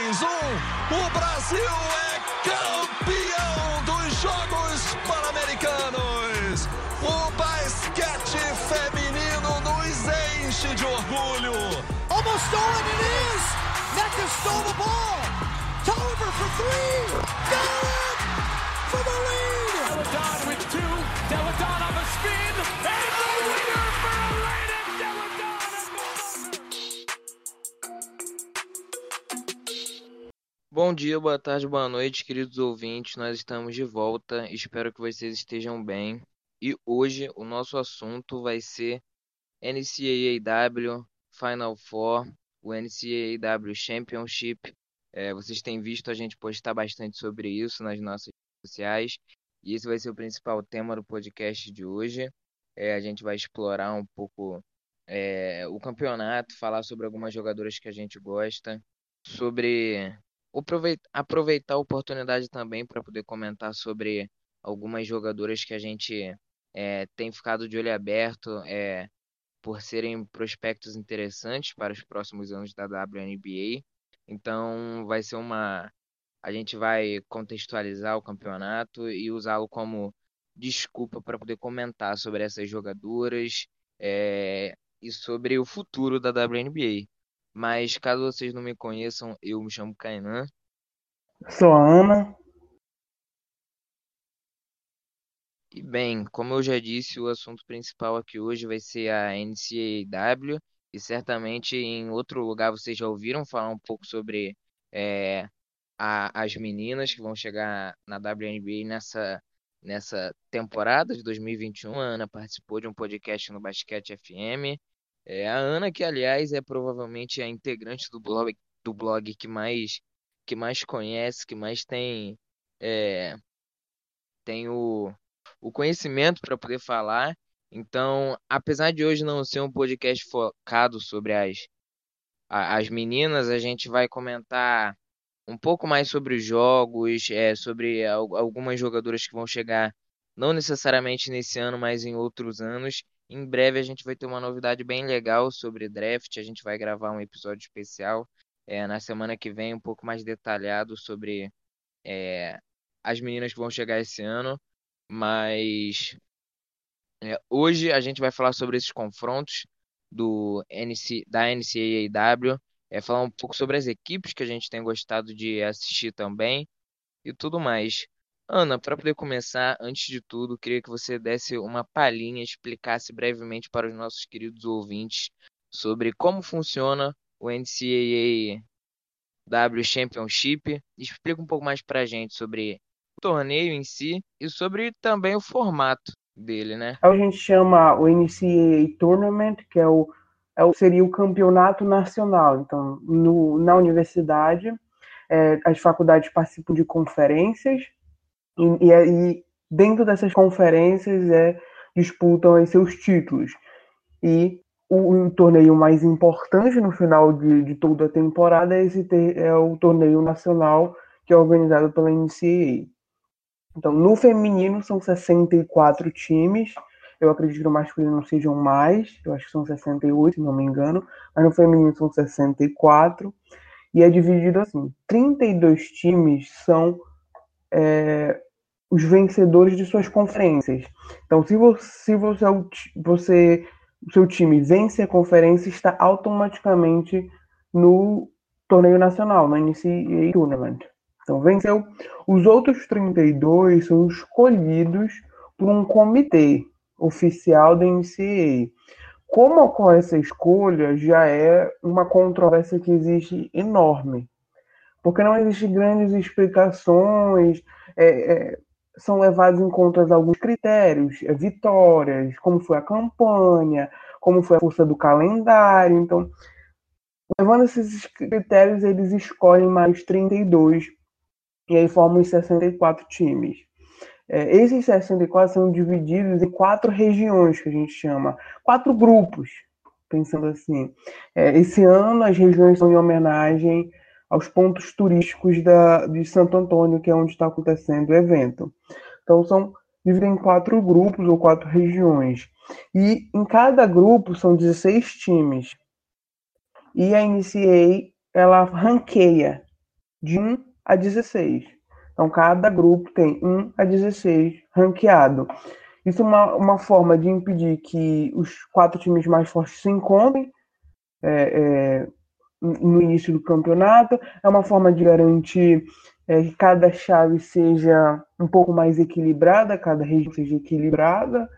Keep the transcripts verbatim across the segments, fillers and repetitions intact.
três, um, o Brasil é campeão dos Jogos Pan-Americanos. O basquete feminino nos enche de orgulho. Almost stolen, it is! Nectar stole the ball. Tolliver for three. Got it for the lead. Deladon with two. Deladon on the spin. And the winner for Elena Deladon. Bom dia, boa tarde, boa noite, queridos ouvintes. Nós estamos de volta. Espero que vocês estejam bem. E hoje o nosso assunto vai ser N C A A W Final Four, o N C A A W Championship. É, vocês têm visto a gente postar bastante sobre isso nas nossas redes sociais. E esse vai ser o principal tema do podcast de hoje. É, a gente vai explorar um pouco é, o campeonato, falar sobre algumas jogadoras que a gente gosta, sobre aproveitar a oportunidade também para poder comentar sobre algumas jogadoras que a gente é, tem ficado de olho aberto é, por serem prospectos interessantes para os próximos anos da W N B A. Então vai ser uma... A gente vai contextualizar o campeonato e usá-lo como desculpa para poder comentar sobre essas jogadoras é, e sobre o futuro da W N B A. Mas caso vocês não me conheçam, eu me chamo Kainan. Sou a Ana. E bem, como eu já disse, o assunto principal aqui hoje vai ser a N C A A W. E certamente em outro lugar vocês já ouviram falar um pouco sobre é, a, as meninas que vão chegar na W N B A nessa, nessa temporada de dois mil e vinte e um. A Ana participou de um podcast no Basquete F M. É, a Ana, que aliás é provavelmente a integrante do blog, do blog que mais, que mais conhece, que mais tem, é, tem o, o conhecimento para poder falar. Então, apesar de hoje não ser um podcast focado sobre as, a, as meninas, a gente vai comentar um pouco mais sobre os jogos, é, sobre al- algumas jogadoras que vão chegar, não necessariamente nesse ano, mas em outros anos. Em breve a gente vai ter uma novidade bem legal sobre draft. A gente vai gravar um episódio especial é, na semana que vem, um pouco mais detalhado sobre é, as meninas que vão chegar esse ano. Mas é, hoje a gente vai falar sobre esses confrontos do N C, da N C A A W, é, falar um pouco sobre as equipes que a gente tem gostado de assistir também e tudo mais. Ana, para poder começar, antes de tudo, queria que você desse uma palhinha, explicasse brevemente para os nossos queridos ouvintes sobre como funciona o N C A A W Championship. Explica um pouco mais para a gente sobre o torneio em si e sobre também o formato dele, né? A gente chama o N C A A Tournament, que é o, é o, seria o campeonato nacional. Então, no, na universidade, é, as faculdades participam de conferências e, e, e dentro dessas conferências é, disputam aí seus títulos. E o, o torneio mais importante no final de, de toda a temporada é, esse ter, é o torneio nacional, que é organizado pela N C A A. Então, no feminino são sessenta e quatro times. Eu acredito que no masculino sejam mais. Eu acho que são sessenta e oito, se não me engano. Mas no feminino são sessenta e quatro. E é dividido assim. trinta e dois times são é, os vencedores de suas conferências. Então, se você, se você, você, o seu time vence a conferência, está automaticamente no torneio nacional, no N C A A Tournament. Então, venceu. Os outros trinta e dois são escolhidos por um comitê oficial da N C A A. Como ocorre essa escolha, já é uma controvérsia que existe enorme. Porque não existem grandes explicações, é, é, são levados em conta alguns critérios, é, vitórias, como foi a campanha, como foi a força do calendário. Então, levando esses critérios, eles escolhem mais trinta e dois. E aí formam os sessenta e quatro times. É, esses sessenta e quatro são divididos em quatro regiões, que a gente chama. Quatro grupos, pensando assim. É, esse ano, as regiões são em homenagem aos pontos turísticos da, de Santo Antônio, que é onde está acontecendo o evento. Então, são divididos em quatro grupos ou quatro regiões. E em cada grupo são dezesseis times. E a N C A A, ela ranqueia de um a dezesseis. Então, cada grupo tem um a dezesseis ranqueado. Isso é uma, uma forma de impedir que os quatro times mais fortes se encontrem é, é, no início do campeonato. É uma forma de garantir é, que cada chave seja um pouco mais equilibrada, cada região seja equilibrada.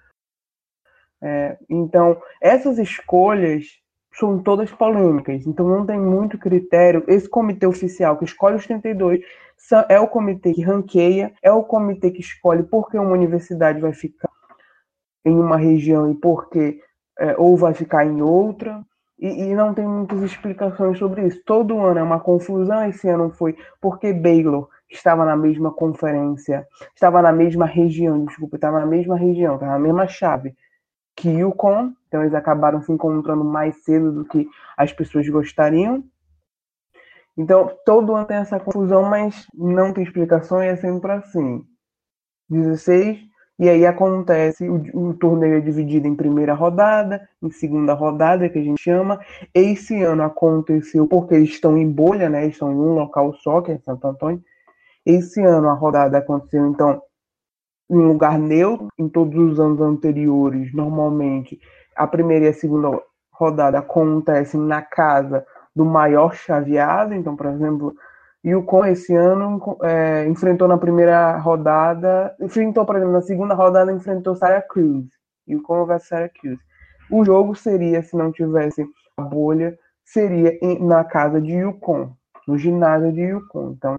É, então, essas escolhas são todas polêmicas, então não tem muito critério. Esse comitê oficial que escolhe os trinta e dois é o comitê que ranqueia, é o comitê que escolhe por que uma universidade vai ficar em uma região e por que é, ou vai ficar em outra, e, e não tem muitas explicações sobre isso. Todo ano é uma confusão. Esse ano foi porque Baylor estava na mesma conferência, estava na mesma região, desculpa, estava na mesma região, estava na mesma chave que UConn, então eles acabaram se encontrando mais cedo do que as pessoas gostariam. Então, todo ano tem essa confusão, mas não tem explicação e é sempre assim. dezesseis, e aí acontece, o, o torneio é dividido em primeira rodada, em segunda rodada, que a gente chama. Esse ano aconteceu porque eles estão em bolha, né? Eles estão em um local só, que é Santo Antônio. Esse ano a rodada aconteceu, então, em lugar neutro. Em todos os anos anteriores, normalmente, a primeira e a segunda rodada acontecem na casa do maior chaveado. Então, por exemplo, UConn esse ano é, enfrentou na primeira rodada, enfrentou, por exemplo, na segunda rodada enfrentou Syracuse, UConn versus Syracuse. O jogo seria, se não tivesse a bolha, seria em, na casa de UConn, no ginásio de UConn. Então,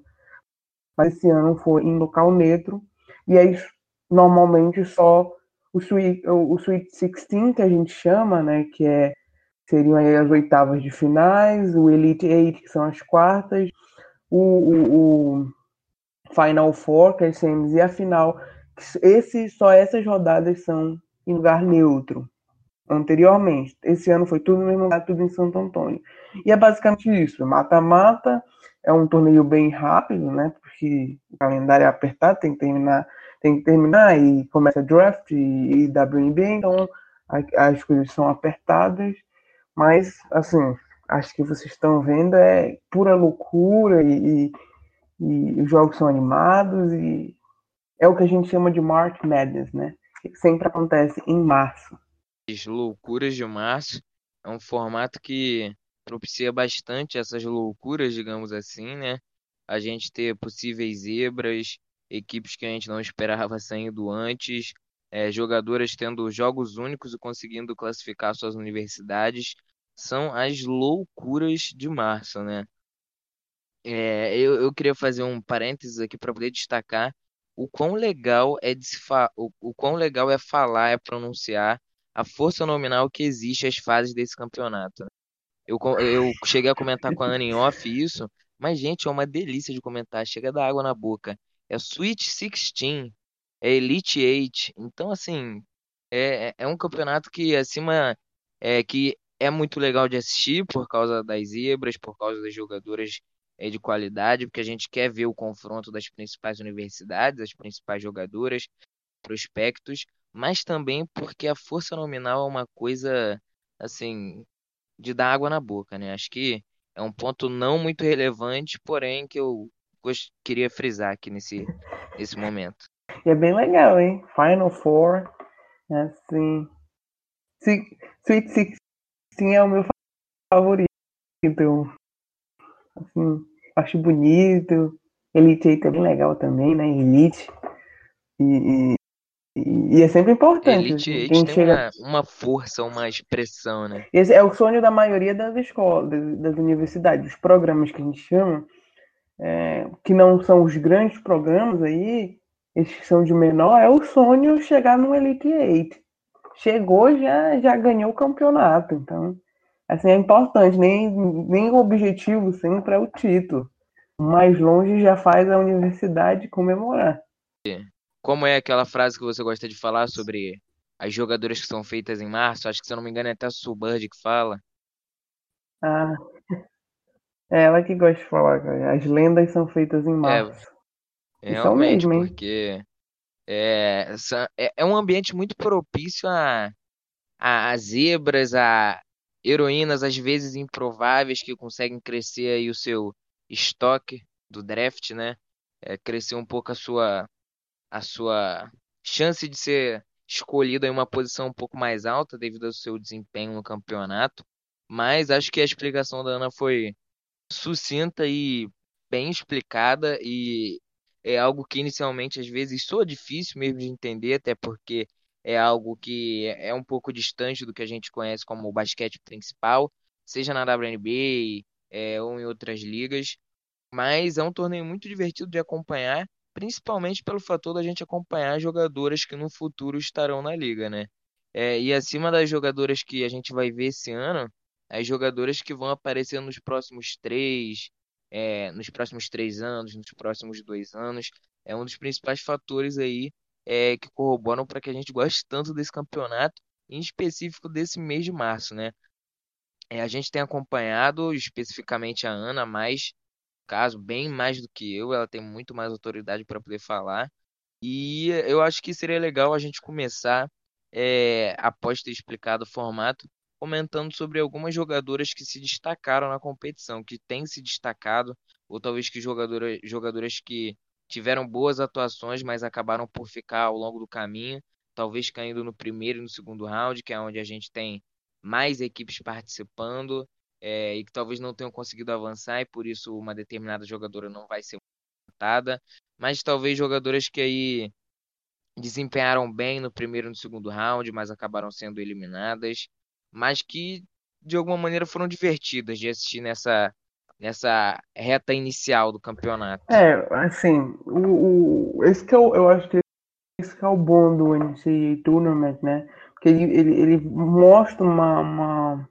mas esse ano foi em local neutro, e aí normalmente só o Sweet, o, o Sweet sixteen, que a gente chama, né, que é, seriam aí as oitavas de finais, o Elite Eight, que são as quartas, o, o, o Final Four, que é as semis, e a final. Esse, só essas rodadas são em lugar neutro. Anteriormente, esse ano foi tudo no mesmo lugar, tudo em Santo Antônio. E é basicamente isso, mata-mata. É um torneio bem rápido, né? Porque o calendário é apertado, tem que terminar, tem que terminar e começa draft e, e W N B A, então a, as coisas são apertadas, mas assim, acho que vocês estão vendo é pura loucura e, e, e os jogos são animados e é o que a gente chama de March Madness, né? Que sempre acontece em março. As loucuras de março é um formato que propicia bastante essas loucuras, digamos assim, né? A gente ter possíveis zebras, equipes que a gente não esperava saindo antes, é, jogadoras tendo jogos únicos e conseguindo classificar suas universidades. São as loucuras de março, né? É, eu, eu queria fazer um parênteses aqui para poder destacar o quão legal é de se fa- o, o quão legal é falar, é pronunciar a força nominal que existe às fases desse campeonato. Eu, co- eu cheguei a comentar com a Ana em off isso, mas, gente, é uma delícia de comentar, chega da água na boca. É Sweet sixteen, é Elite Eight, então, assim, é, é é um campeonato que, acima, é, que é muito legal de assistir por causa das zebras, por causa das jogadoras é, de qualidade, porque a gente quer ver o confronto das principais universidades, das principais jogadoras, prospectos, mas também porque a força nominal é uma coisa, assim, de dar água na boca, né? Acho que é um ponto não muito relevante, porém que eu gost- queria frisar aqui nesse, nesse momento. E é bem legal, hein? Final Four, assim. Sweet sixteen é o meu favorito. Então, assim, acho bonito. Elite Eight é bem legal também, né? Elite. E, e, e é sempre importante, Elite assim. Eight Quem tem chega. uma, uma força, uma expressão, né? Esse é o sonho da maioria das escolas, das, das universidades, os programas que a gente chama, é, que não são os grandes programas aí, esses que são de menor, é o sonho chegar no Elite Eight. Chegou, já, já ganhou o campeonato. Então, assim, é importante. Nem, nem o objetivo sempre é o título. O mais longe já faz a universidade comemorar. Como é aquela frase que você gosta de falar sobre as jogadoras que são feitas em março? Acho que, se eu não me engano, é até a Subird que fala. Ah, é ela que gosta de falar, cara. As lendas são feitas em É, março. E são realmente, mesmo, hein? porque é, essa- é, é um ambiente muito propício a, a, a zebras, a heroínas, às vezes improváveis, que conseguem crescer aí o seu estoque. do draft, né? É, cresceu um pouco a sua, a sua chance de ser escolhido em uma posição um pouco mais alta devido ao seu desempenho no campeonato. Mas acho que a explicação da Ana foi sucinta e bem explicada, e é algo que inicialmente às vezes soa difícil mesmo de entender, até porque é algo que é um pouco distante do que a gente conhece como o basquete principal, seja na W N B A, é, ou em outras ligas. Mas é um torneio muito divertido de acompanhar, principalmente pelo fator da gente acompanhar jogadoras que no futuro estarão na liga, né? É, e acima das jogadoras que a gente vai ver esse ano, as jogadoras que vão aparecer nos próximos três, é, nos próximos três anos, nos próximos dois anos, é um dos principais fatores aí, é, que corroboram para que a gente goste tanto desse campeonato, em específico desse mês de março, né? É, a gente tem acompanhado especificamente a Ana mais caso, bem mais do que eu, ela tem muito mais autoridade para poder falar. E eu acho que seria legal a gente começar, é, após ter explicado o formato, comentando sobre algumas jogadoras que se destacaram na competição, que têm se destacado, ou talvez que jogadoras, jogadoras que tiveram boas atuações, mas acabaram por ficar ao longo do caminho, talvez caindo no primeiro e no segundo round, que é onde a gente tem mais equipes participando, é, e que talvez não tenham conseguido avançar, e por isso uma determinada jogadora não vai ser montada, mas talvez jogadoras que aí desempenharam bem no primeiro e no segundo round, mas acabaram sendo eliminadas, mas que de alguma maneira foram divertidas de assistir nessa, nessa reta inicial do campeonato. É, assim, o, o, esse que eu, eu acho que esse que é o bom do N C A A Tournament, né? Porque ele, ele, ele mostra uma, uma,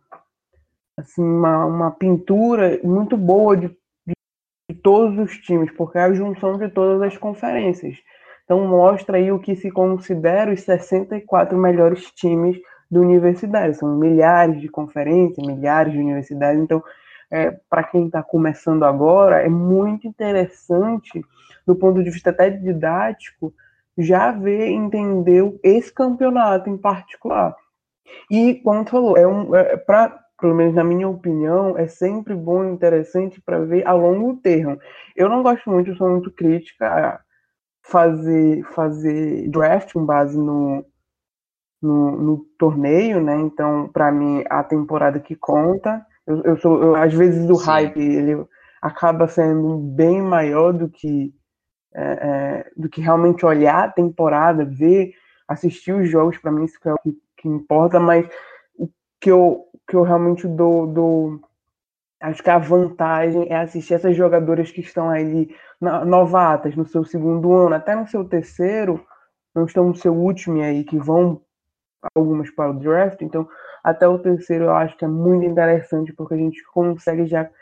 assim, uma, uma pintura muito boa de, de, de todos os times, porque é a junção de todas as conferências. Então mostra aí o que se considera os sessenta e quatro melhores times da universidade. São milhares de conferências, milhares de universidades. Então, é, para quem está começando agora, é muito interessante, do ponto de vista até didático, já ver e entender esse campeonato em particular. E, como tu falou, é um, é, pra, pelo menos na minha opinião, é sempre bom e interessante para ver a longo termo. Eu não gosto muito, eu sou muito crítica a fazer, fazer draft com base no, no, no torneio, né? Então, para mim, a temporada que conta. Eu, eu sou, eu, às vezes o Sim. hype ele acaba sendo bem maior do que é, é, do que realmente olhar a temporada, ver, assistir os jogos. Para mim isso que é o que, que importa, mas o que eu, que eu realmente dou, dou, acho que a vantagem é assistir essas jogadoras que estão ali na, novatas, no seu segundo ano, até no seu terceiro, não estão no seu último aí, que vão algumas para o draft, então até o terceiro eu acho que é muito interessante, porque a gente consegue já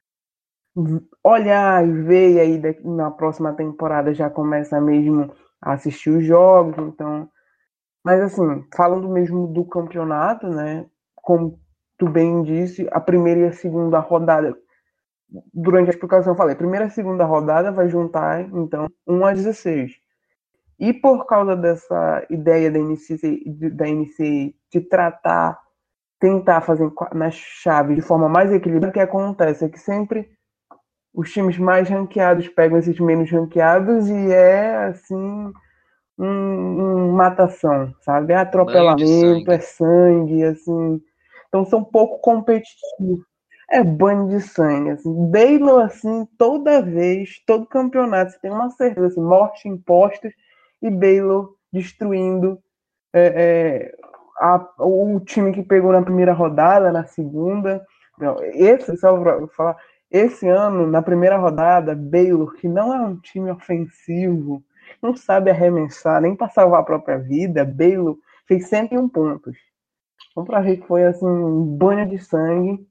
olhar e ver, e aí na próxima temporada já começa mesmo a assistir os jogos, então... Mas assim, falando mesmo do campeonato, né, como tu bem disse, a primeira e a segunda rodada, durante a explicação eu falei, a primeira e a segunda rodada vai juntar, então, um a dezesseis. E por causa dessa ideia da N C A A, da N C A A de tratar, tentar fazer nas chaves de forma mais equilibrada, o que acontece é que sempre os times mais ranqueados pegam esses menos ranqueados e é, assim, um, um matação, sabe? É atropelamento, sangue. é sangue, assim. Então são pouco competitivos. É banho de sangue, assim. Baylor, assim, toda vez, todo campeonato, você tem uma certeza, assim, morte impostos e Baylor destruindo é, é, a, o time que pegou na primeira rodada, na segunda. Não, esse, só pra falar, esse ano, na primeira rodada, Baylor, que não é um time ofensivo, não sabe arremessar, nem para salvar a própria vida, Baylor fez cento e um pontos. Então, para ver que foi assim, um banho de sangue.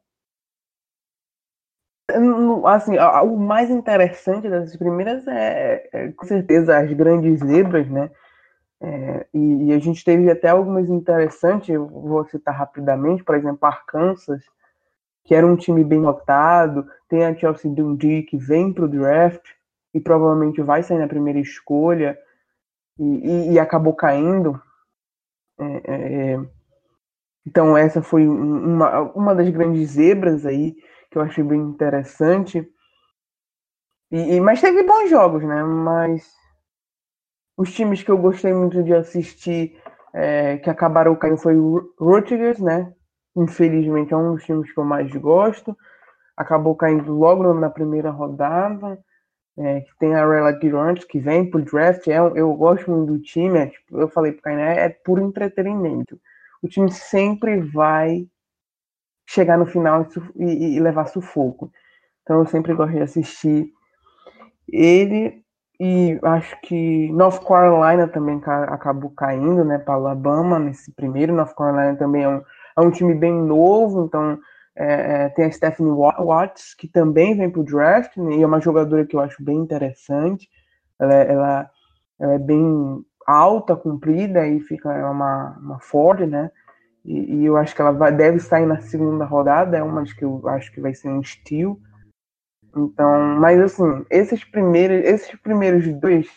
Assim, o mais interessante dessas primeiras é, é com certeza, as grandes zebras, né? É, e, e a gente teve até algumas interessantes, eu vou citar rapidamente, por exemplo, Arkansas, que era um time bem lotado, tem a Chelsea Dundee, que vem para o draft, e provavelmente vai sair na primeira escolha, e, e, e acabou caindo. É, é, então essa foi uma, uma das grandes zebras aí, que eu achei bem interessante. E, e- mas teve bons jogos, né? Mas os times que eu gostei muito de assistir, é, que acabaram caindo, foi o Rutgers, né? Infelizmente é um dos times que eu mais gosto. Acabou caindo logo na primeira rodada. É, que tem a Rella Durant, que vem pro draft. É, eu gosto muito do time. É, tipo, eu falei pro Kainé, é puro entretenimento. O time sempre vai chegar no final e, e levar sufoco. Então eu sempre gosto de assistir ele. E acho que North Carolina também acabou caindo, né, para Alabama nesse primeiro. North Carolina também é um, é um time bem novo, então é, é, tem a Stephanie Watts, que também vem para o draft, né, e é uma jogadora que eu acho bem interessante. Ela, ela, ela é bem alta, comprida, e fica é uma, uma Ford, né? E, e eu acho que ela vai, deve sair na segunda rodada, é uma que eu acho que vai ser um steal. Então, mas assim, esses primeiros, esses primeiros dois,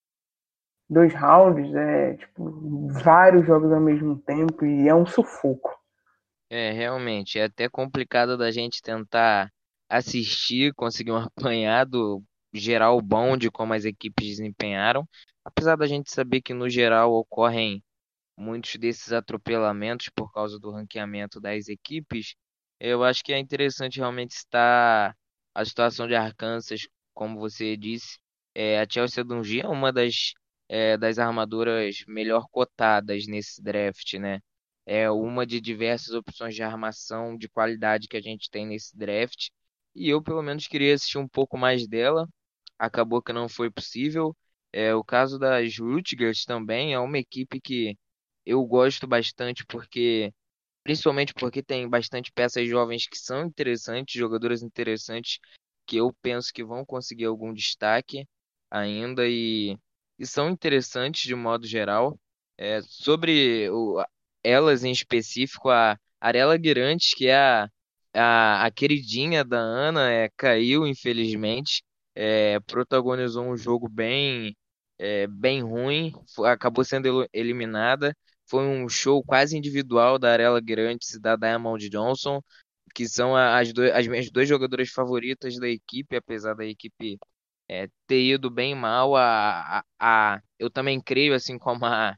dois rounds é tipo vários jogos ao mesmo tempo e é um sufoco. É, realmente, é até complicado da gente tentar assistir, conseguir um apanhado geral bom de como as equipes desempenharam, apesar da gente saber que no geral ocorrem muitos desses atropelamentos por causa do ranqueamento das equipes. Eu acho que é interessante realmente estar a situação de Arkansas, como você disse. É, a Chelsea Dungee é uma das, é, das armadoras melhor cotadas nesse draft, né? É uma de diversas opções de armação de qualidade que a gente tem nesse draft. E eu, pelo menos, queria assistir um pouco mais dela. Acabou que não foi possível. É, o caso das Rutgers também é uma equipe que eu gosto bastante porque, principalmente porque tem bastante peças jovens que são interessantes, jogadoras interessantes que eu penso que vão conseguir algum destaque ainda e, e são interessantes de modo geral. É, sobre o- elas em específico, a Arela Guirantes, que é a, a, a queridinha da Ana, é, caiu infelizmente, é, protagonizou um jogo bem, é, bem ruim, fo- acabou sendo elo- eliminada. Foi um show quase individual da Arela Guirantes e da Diamond Johnson, que são a- as, do- as minhas duas jogadoras favoritas da equipe, apesar da equipe é, ter ido bem mal. A, a, a- eu também creio, assim como a,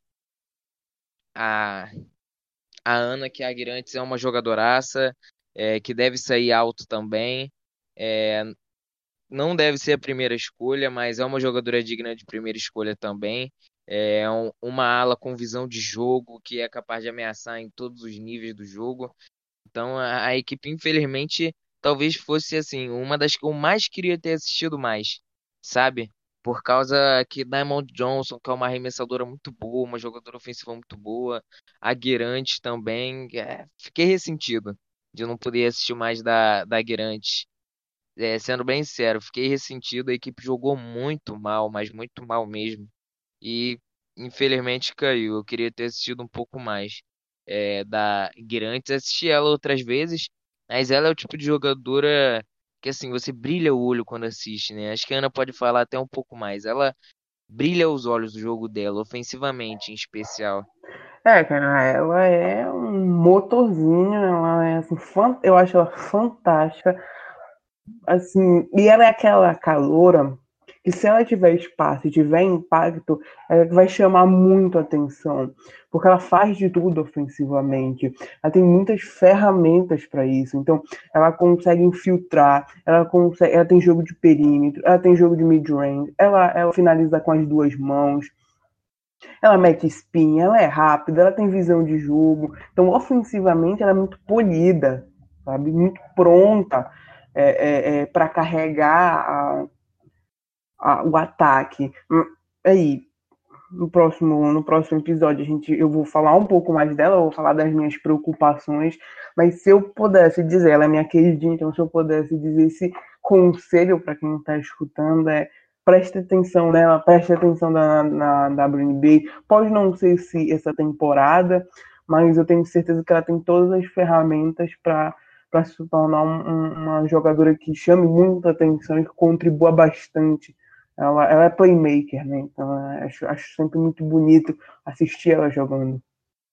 a, a Ana, que a Guirantes é uma jogadoraça, é, que deve sair alto também. É, não deve ser a primeira escolha, mas é uma jogadora digna de primeira escolha também. É um- uma ala com visão de jogo que é capaz de ameaçar em todos os níveis do jogo. Então a, a equipe, infelizmente, talvez fosse assim, uma das que eu mais queria ter assistido mais, sabe? Por causa que Diamond Johnson, que é uma arremessadora muito boa, uma jogadora ofensiva muito boa, a Guirantes também, é, fiquei ressentido de não poder assistir mais da, da Guirantes. É, sendo bem sincero, fiquei ressentido, a equipe jogou muito mal, mas muito mal mesmo. E infelizmente caiu. Eu queria ter assistido um pouco mais é, da Guirantes. Assisti ela outras vezes, mas ela é o tipo de jogadora que assim, você brilha o olho quando assiste, né? Acho que a Ana pode falar até um pouco mais. Ela brilha os olhos do jogo dela, ofensivamente em especial. É, cara, ela é um motorzinho, ela é assim, fan... eu acho ela fantástica. Assim, e ela é aquela caloura que se ela tiver espaço e tiver impacto, ela vai chamar muito atenção, porque ela faz de tudo ofensivamente. Ela tem muitas ferramentas para isso. Então, ela consegue infiltrar, ela consegue, ela tem jogo de perímetro, ela tem jogo de mid-range, ela, ela finaliza com as duas mãos, ela mete spin, ela é rápida, ela tem visão de jogo. Então, ofensivamente, ela é muito polida, sabe? Muito pronta é, é, é, para carregar a, a, o ataque. Aí, no próximo, no próximo episódio, a gente, eu vou falar um pouco mais dela, eu vou falar das minhas preocupações, mas se eu pudesse dizer, ela é minha queridinha, então se eu pudesse dizer esse conselho para quem está escutando é preste atenção nela, preste atenção na, na W N B A. Pode não ser se essa temporada, mas eu tenho certeza que ela tem todas as ferramentas para para se tornar um, um, uma jogadora que chame muita atenção e que contribua bastante. Ela, ela é playmaker, né? Então acho, acho sempre muito bonito assistir ela jogando.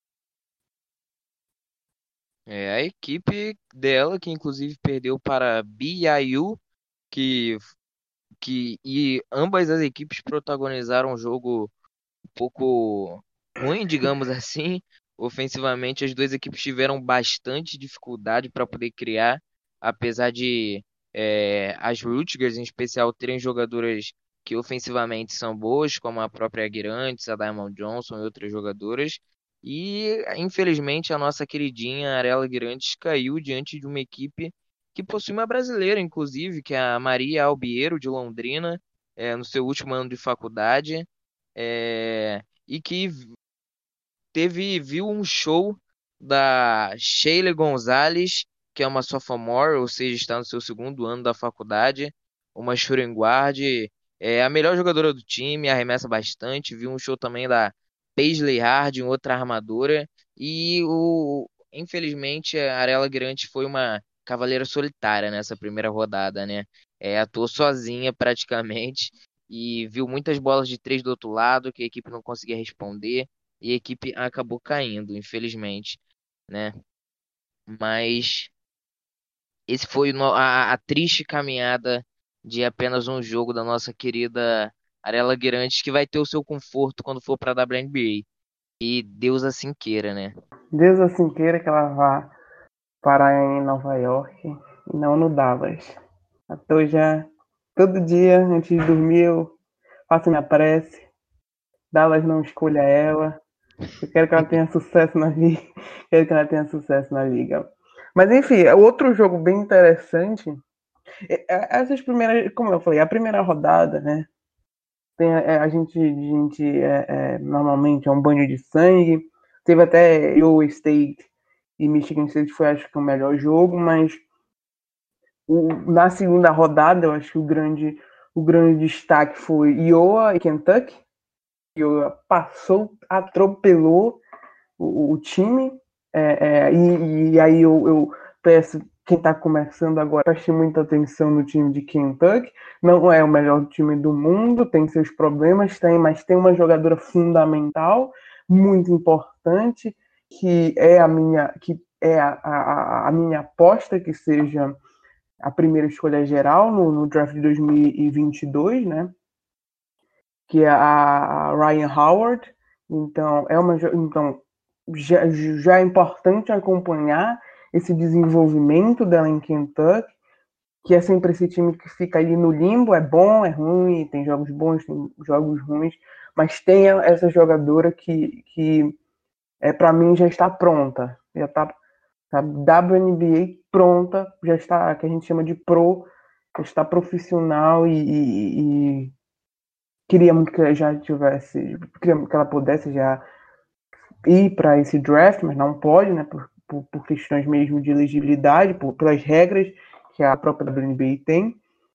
É a equipe dela, que inclusive perdeu para B Y U, que que e ambas as equipes protagonizaram um jogo um pouco ruim, digamos assim. Ofensivamente, as duas equipes tiveram bastante dificuldade para poder criar, apesar de é, as Rutgers, em especial, terem jogadoras que ofensivamente são boas, como a própria Aguirantes, a Diamond Johnson e outras jogadoras. E, infelizmente, a nossa queridinha Arela Aguirantes caiu diante de uma equipe que possui uma brasileira, inclusive, que é a Maria Albiero, de Londrina, é, no seu último ano de faculdade, é, e que teve viu um show da Sheila Gonzalez, que é uma sophomore, ou seja, está no seu segundo ano da faculdade, uma shooting guard, é a melhor jogadora do time, arremessa bastante. Viu um show também da Paisley Harding, outra armadora, e o infelizmente a Arela Grant foi uma cavaleira solitária nessa primeira rodada, né? É, atuou sozinha praticamente e viu muitas bolas de três do outro lado que a equipe não conseguia responder e a equipe acabou caindo, infelizmente, né? Mas esse foi no- a, a triste caminhada de apenas um jogo da nossa querida Arela Guirantes, que vai ter o seu conforto quando for para a W N B A. E Deus assim queira, né? Deus assim queira que ela vá parar em Nova York e não no Dallas. Então já todo dia antes de dormir eu faço minha prece. Dallas não escolha ela. Eu quero que ela tenha sucesso na liga. Quero que ela tenha sucesso na liga. Mas enfim, outro jogo bem interessante. Essas primeiras, como eu falei, a primeira rodada, né? Tem, é, a gente, a gente é, é, normalmente é um banho de sangue. Teve até Iowa State e Michigan State foi, acho que, o melhor jogo, mas o, na segunda rodada, eu acho que o grande, o grande destaque foi Iowa e Kentucky. Iowa passou, atropelou o, o time. É, é, e, e aí eu, eu peço quem está começando agora preste muita atenção no time de Kentucky. Não é o melhor time do mundo, tem seus problemas, tem, mas tem uma jogadora fundamental, muito importante, que é a minha, que é a, a, a minha aposta que seja a primeira escolha geral no, no draft de dois mil e vinte e dois, né? Que é a Ryan Howard. Então, é uma, então já, já é importante acompanhar esse desenvolvimento dela em Kentucky, que é sempre esse time que fica ali no limbo, é bom, é ruim, tem jogos bons, tem jogos ruins, mas tem essa jogadora que, que é, para mim já está pronta, já está tá W N B A pronta, já está, que a gente chama de pro, já está profissional e, e, e queria muito que ela já tivesse, queria que ela pudesse já ir para esse draft, mas não pode, né, por, por, por questões mesmo de elegibilidade, por, pelas regras que a própria W N B A tem.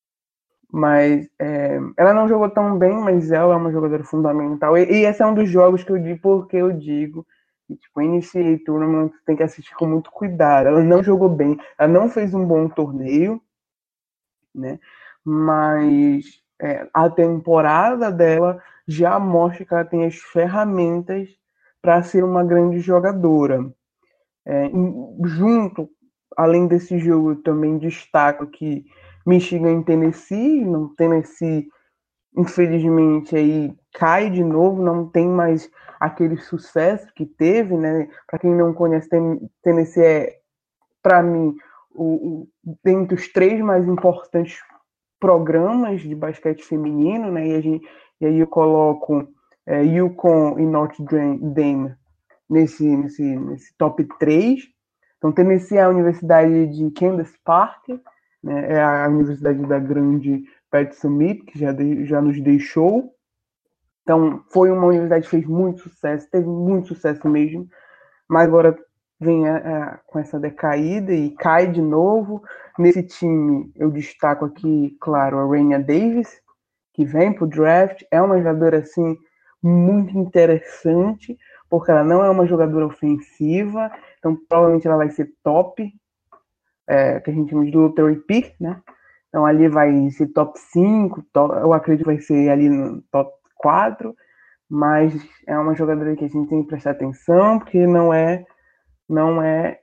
Mas é, ela não jogou tão bem, mas ela é uma jogadora fundamental. E, e esse é um dos jogos que eu digo, porque eu digo que tipo, a N C A A Tournament tem que assistir com muito cuidado. Ela não jogou bem, ela não fez um bom torneio, né? Mas é, a temporada dela já mostra que ela tem as ferramentas para ser uma grande jogadora. É, junto, além desse jogo, eu também destaco que Michigan e Tennessee, não, Tennessee, infelizmente, aí cai de novo, não tem mais aquele sucesso que teve, né? Para quem não conhece, Tennessee é, para mim, o, o, dentre os três mais importantes programas de basquete feminino, né? E, a gente, e aí eu coloco é, UConn e Notre Dame nesse, nesse, nesse top três. Então, Tennessee é a Universidade de Candace Parker, né? É a Universidade da grande Pat Summitt, que já, de, já nos deixou. Então, foi uma universidade que fez muito sucesso, teve muito sucesso mesmo, mas agora vem a, a, com essa decaída e cai de novo. Nesse time, eu destaco aqui, claro, a Raina Davis, que vem para o draft. É uma jogadora, assim, muito interessante, porque ela não é uma jogadora ofensiva, então provavelmente ela vai ser top, é, que a gente chama de lottery pick, né? Então ali vai ser top cinco, top, eu acredito que vai ser ali no top quatro, mas é uma jogadora que a gente tem que prestar atenção, porque não é, não é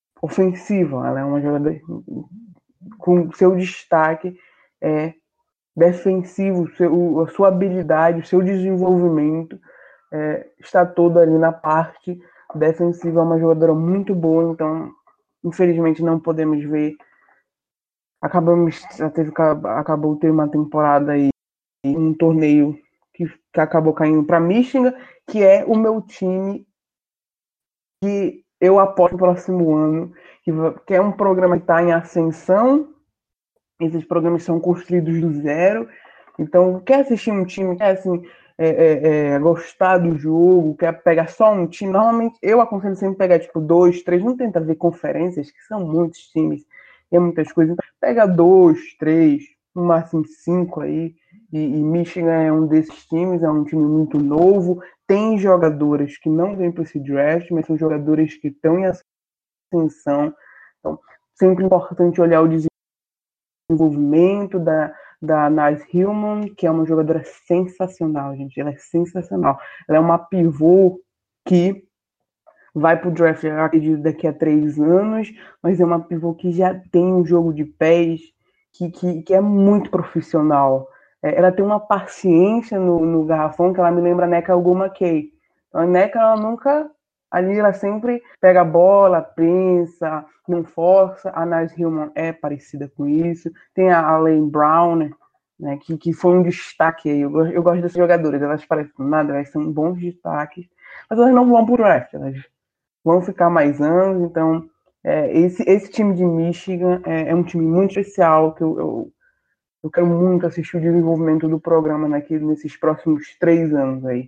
ofensiva, ela é uma jogadora com seu destaque é defensivo, seu, a sua habilidade, o seu desenvolvimento é, está todo ali na parte defensiva. É uma jogadora muito boa, então infelizmente não podemos ver. Acabamos, já teve, acabou ter uma temporada aí, um torneio que, que acabou caindo para Michigan, que é o meu time que eu aposto no próximo ano, que, que é um programa que está em ascensão. Esses programas são construídos do zero. Então, quer assistir um time, quer assim, é, é, é, gostar do jogo, quer pegar só um time. Normalmente, eu aconselho sempre pegar tipo dois, três. Não tenta ver conferências, que são muitos times, tem muitas coisas. Então, pega dois, três, no máximo cinco aí. E, e Michigan é um desses times, é um time muito novo. Tem jogadoras que não vêm para esse draft, mas são jogadores que estão em ascensão. Então, sempre importante olhar o desenvolvimento da, da Nice Hillman, que é uma jogadora sensacional, gente. Ela é sensacional. Ela é uma pivô que vai pro draft, eu acredito, daqui a três anos, mas é uma pivô que já tem um jogo de pés que, que, que é muito profissional. É, ela tem uma paciência no, no garrafão que ela me lembra a Nneka Ogwumike. A Nneka, ela nunca... Ali ela sempre pega a bola, pensa, não força. A Nice Hillman é parecida com isso. Tem a Allen Brown, né, que, que foi um destaque aí. Eu, eu gosto dessas jogadoras, elas parecem nada, elas são bons destaques, mas elas não vão pro draft, elas vão ficar mais anos. Então, é, esse, esse time de Michigan é, é um time muito especial, que eu, eu, eu quero muito assistir o desenvolvimento do programa naquele, nesses próximos três anos aí.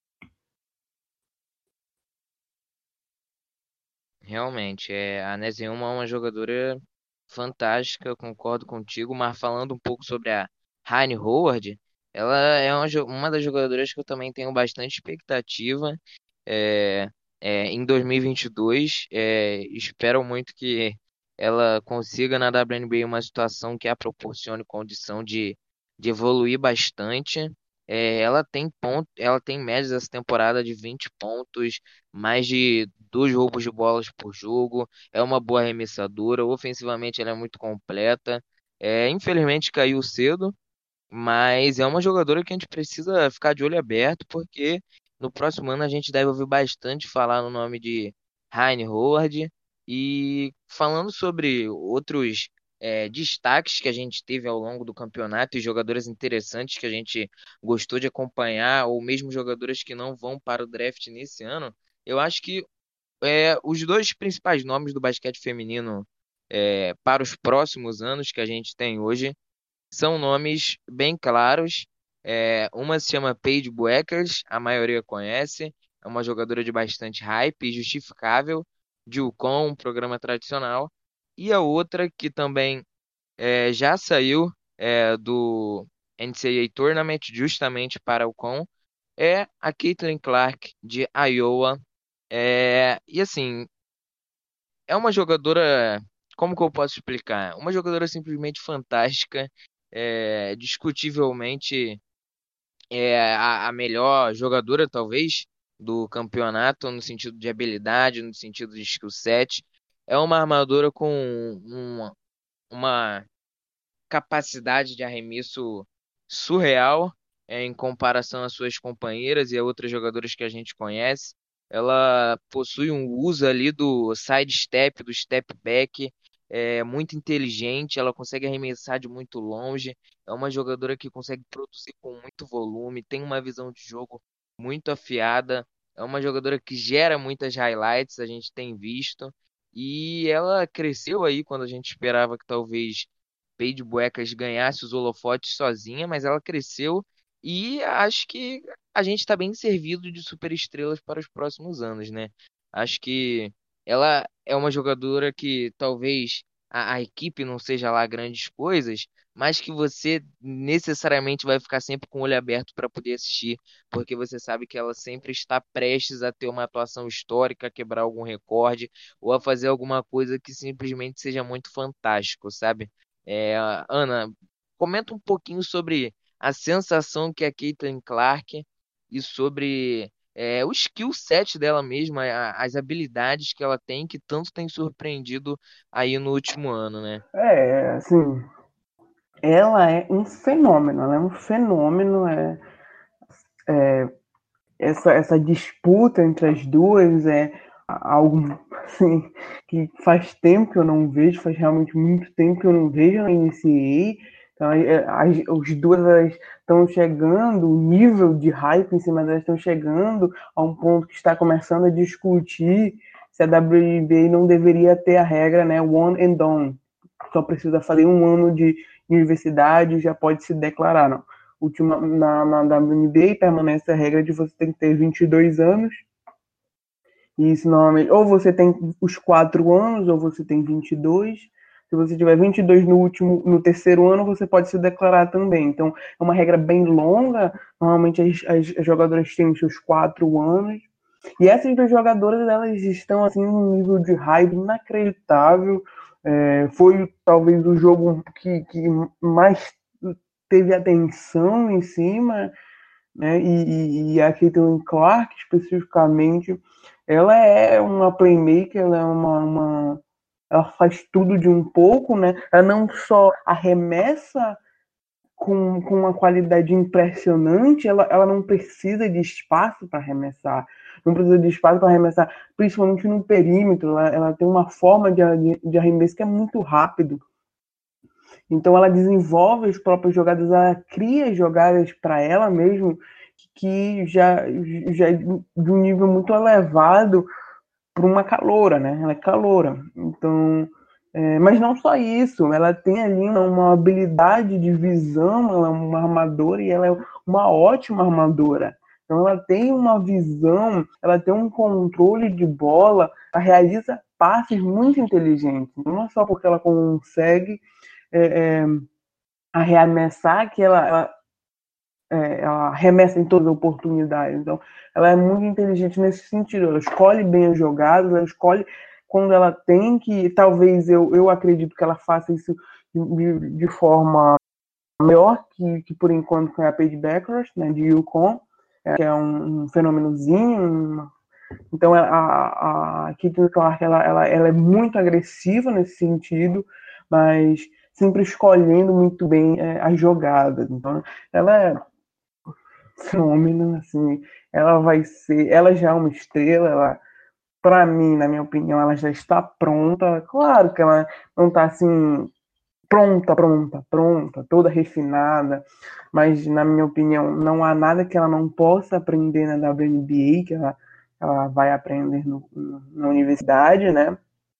Realmente, é, a Nesiuma é uma jogadora fantástica, eu concordo contigo, mas falando um pouco sobre a Heine Howard, ela é uma, jo- uma das jogadoras que eu também tenho bastante expectativa. É, é, em dois mil e vinte e dois, é, espero muito que ela consiga na W N B A uma situação que a proporcione condição de, de evoluir bastante. É, ela tem ponto, ela tem médias essa temporada de vinte pontos, mais de dois roubos de bolas por jogo. É uma boa arremessadora, ofensivamente ela é muito completa. É, infelizmente caiu cedo, mas é uma jogadora que a gente precisa ficar de olho aberto, porque no próximo ano a gente deve ouvir bastante falar no nome de Heine Howard. E falando sobre outros é, destaques que a gente teve ao longo do campeonato e jogadores interessantes que a gente gostou de acompanhar, ou mesmo jogadores que não vão para o draft nesse ano, eu acho que é, os dois principais nomes do basquete feminino é, para os próximos anos que a gente tem hoje são nomes bem claros. É, uma se chama Paige Bueckers, a maioria conhece. É uma jogadora de bastante hype e justificável, de UConn, um programa tradicional. E a outra, que também é, já saiu é, do N C A A Tournament, justamente para o UConn, é a Caitlin Clark, de Iowa. É, e assim, é uma jogadora, como que eu posso explicar? Uma jogadora simplesmente fantástica, é, discutivelmente é a, a melhor jogadora, talvez, do campeonato, no sentido de habilidade, no sentido de skill set. É uma armadora com uma, uma capacidade de arremesso surreal, é, em comparação às suas companheiras e a outras jogadoras que a gente conhece. Ela possui um uso ali do side step, do step back, é muito inteligente, ela consegue arremessar de muito longe. É uma jogadora que consegue produzir com muito volume, tem uma visão de jogo muito afiada. É uma jogadora que gera muitas highlights, a gente tem visto. E ela cresceu aí quando a gente esperava que talvez Paige Bueckers ganhasse os holofotes sozinha, mas ela cresceu e acho que a gente está bem servido de superestrelas para os próximos anos, né? Acho que ela é uma jogadora que talvez a, a equipe não seja lá grandes coisas, mas que você necessariamente vai ficar sempre com o olho aberto para poder assistir, porque você sabe que ela sempre está prestes a ter uma atuação histórica, a quebrar algum recorde ou a fazer alguma coisa que simplesmente seja muito fantástico, sabe? É, Ana, comenta um pouquinho sobre a sensação que é a Caitlin Clark e sobre é, o skill set dela mesma, a- as habilidades que ela tem, que tanto tem surpreendido aí no último ano, né? É, assim, ela é um fenômeno, ela é um fenômeno, é, é, essa, essa disputa entre as duas é algo assim, que faz tempo que eu não vejo, faz realmente muito tempo que eu não vejo na N C A A. Então, as, as duas estão chegando, o nível de hype em cima delas estão chegando a um ponto que está começando a discutir se a W N B A não deveria ter a regra, né, one and done. Só precisa fazer um ano de universidade e já pode se declarar, não. Última, na, na W N B A permanece a regra de você tem que ter vinte e dois anos. E isso normalmente, ou você tem os quatro anos, ou você tem vinte e dois. Se você tiver vinte e dois no último, no terceiro ano, você pode se declarar também. Então, é uma regra bem longa. Normalmente, as, as, as jogadoras têm os seus quatro anos. E essas duas jogadoras, elas estão assim num nível de hype inacreditável. É, foi talvez o jogo que, que mais teve atenção em cima, né? E, e, e a Caitlin Clark, especificamente, ela é uma playmaker, ela é uma, uma ela faz tudo de um pouco, né? Ela não só arremessa com, com uma qualidade impressionante, ela, ela não precisa de espaço para arremessar. Não precisa de espaço para arremessar, principalmente no perímetro. Ela, ela tem uma forma de, de, de arremesso que é muito rápido. Então ela desenvolve as próprias jogadas, ela cria jogadas para ela mesmo, que já, já é de um nível muito elevado para uma caloura, né? Ela é caloura. Então, é, mas não só isso, ela tem ali uma, uma habilidade de visão, ela é uma armadora e ela é uma ótima armadora. Então ela tem uma visão, ela tem um controle de bola, ela realiza passes muito inteligentes. Não é só porque ela consegue é, é, arremessar que ela, ela, é, ela arremessa em todas as oportunidades. Então, ela é muito inteligente nesse sentido. Ela escolhe bem as jogadas, ela escolhe quando ela tem que. Talvez eu, eu acredito que ela faça isso de, de forma melhor que, que por enquanto foi a Paige Bueckers, né, de UConn, que é um, um fenômenozinho. Uma... Então, a, a Caitlin Clark ela, ela, ela é muito agressiva nesse sentido, mas sempre escolhendo muito bem é, as jogadas. Então, ela é fenômeno, assim, ela vai ser, ela já é uma estrela, ela, para mim, na minha opinião, ela já está pronta. Claro que ela não está assim pronta, pronta, pronta, toda refinada, mas na minha opinião, não há nada que ela não possa aprender na W N B A, que ela, ela vai aprender no, na universidade, né?